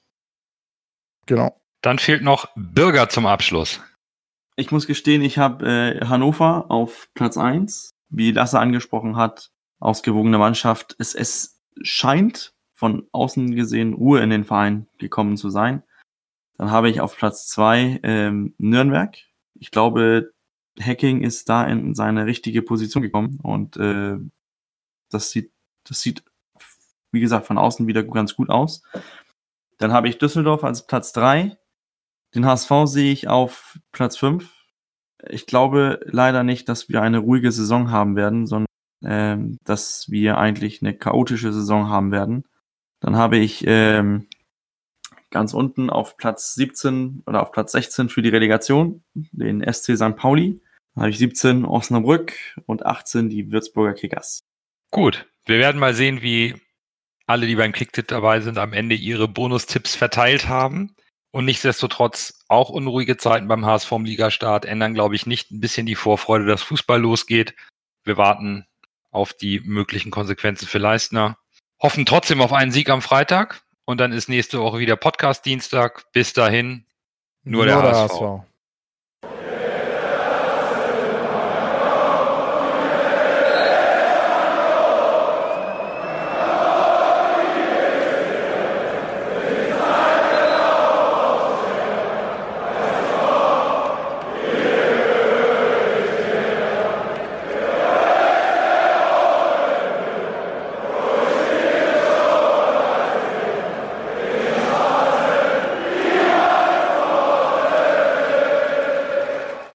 Genau. Dann fehlt noch Bürger zum Abschluss. Ich muss gestehen, ich habe äh, Hannover auf Platz eins. Wie Lasse angesprochen hat, ausgewogene Mannschaft. Es, es scheint von außen gesehen Ruhe in den Verein gekommen zu sein. Dann habe ich auf Platz zwei ähm, Nürnberg. Ich glaube, Hacking ist da in seine richtige Position gekommen und äh, das sieht, das sieht, wie gesagt, von außen wieder ganz gut aus. Dann habe ich Düsseldorf als Platz drei. Den H S V sehe ich auf Platz fünf. Ich glaube leider nicht, dass wir eine ruhige Saison haben werden, sondern ähm, dass wir eigentlich eine chaotische Saison haben werden. Dann habe ich ähm, ganz unten auf Platz siebzehn oder auf Platz sechzehn für die Relegation den S C Sankt Pauli. Dann habe ich siebzehn Osnabrück und achtzehn die Würzburger Kickers. Gut, wir werden mal sehen, wie alle, die beim Kicktipp dabei sind, am Ende ihre Bonustipps verteilt haben. Und nichtsdestotrotz auch unruhige Zeiten beim H S V im Ligastart ändern, glaube ich, nicht ein bisschen die Vorfreude, dass Fußball losgeht. Wir warten auf die möglichen Konsequenzen für Leistner. Hoffen trotzdem auf einen Sieg am Freitag. Und dann ist nächste Woche wieder Podcast-Dienstag. Bis dahin, nur der H S V.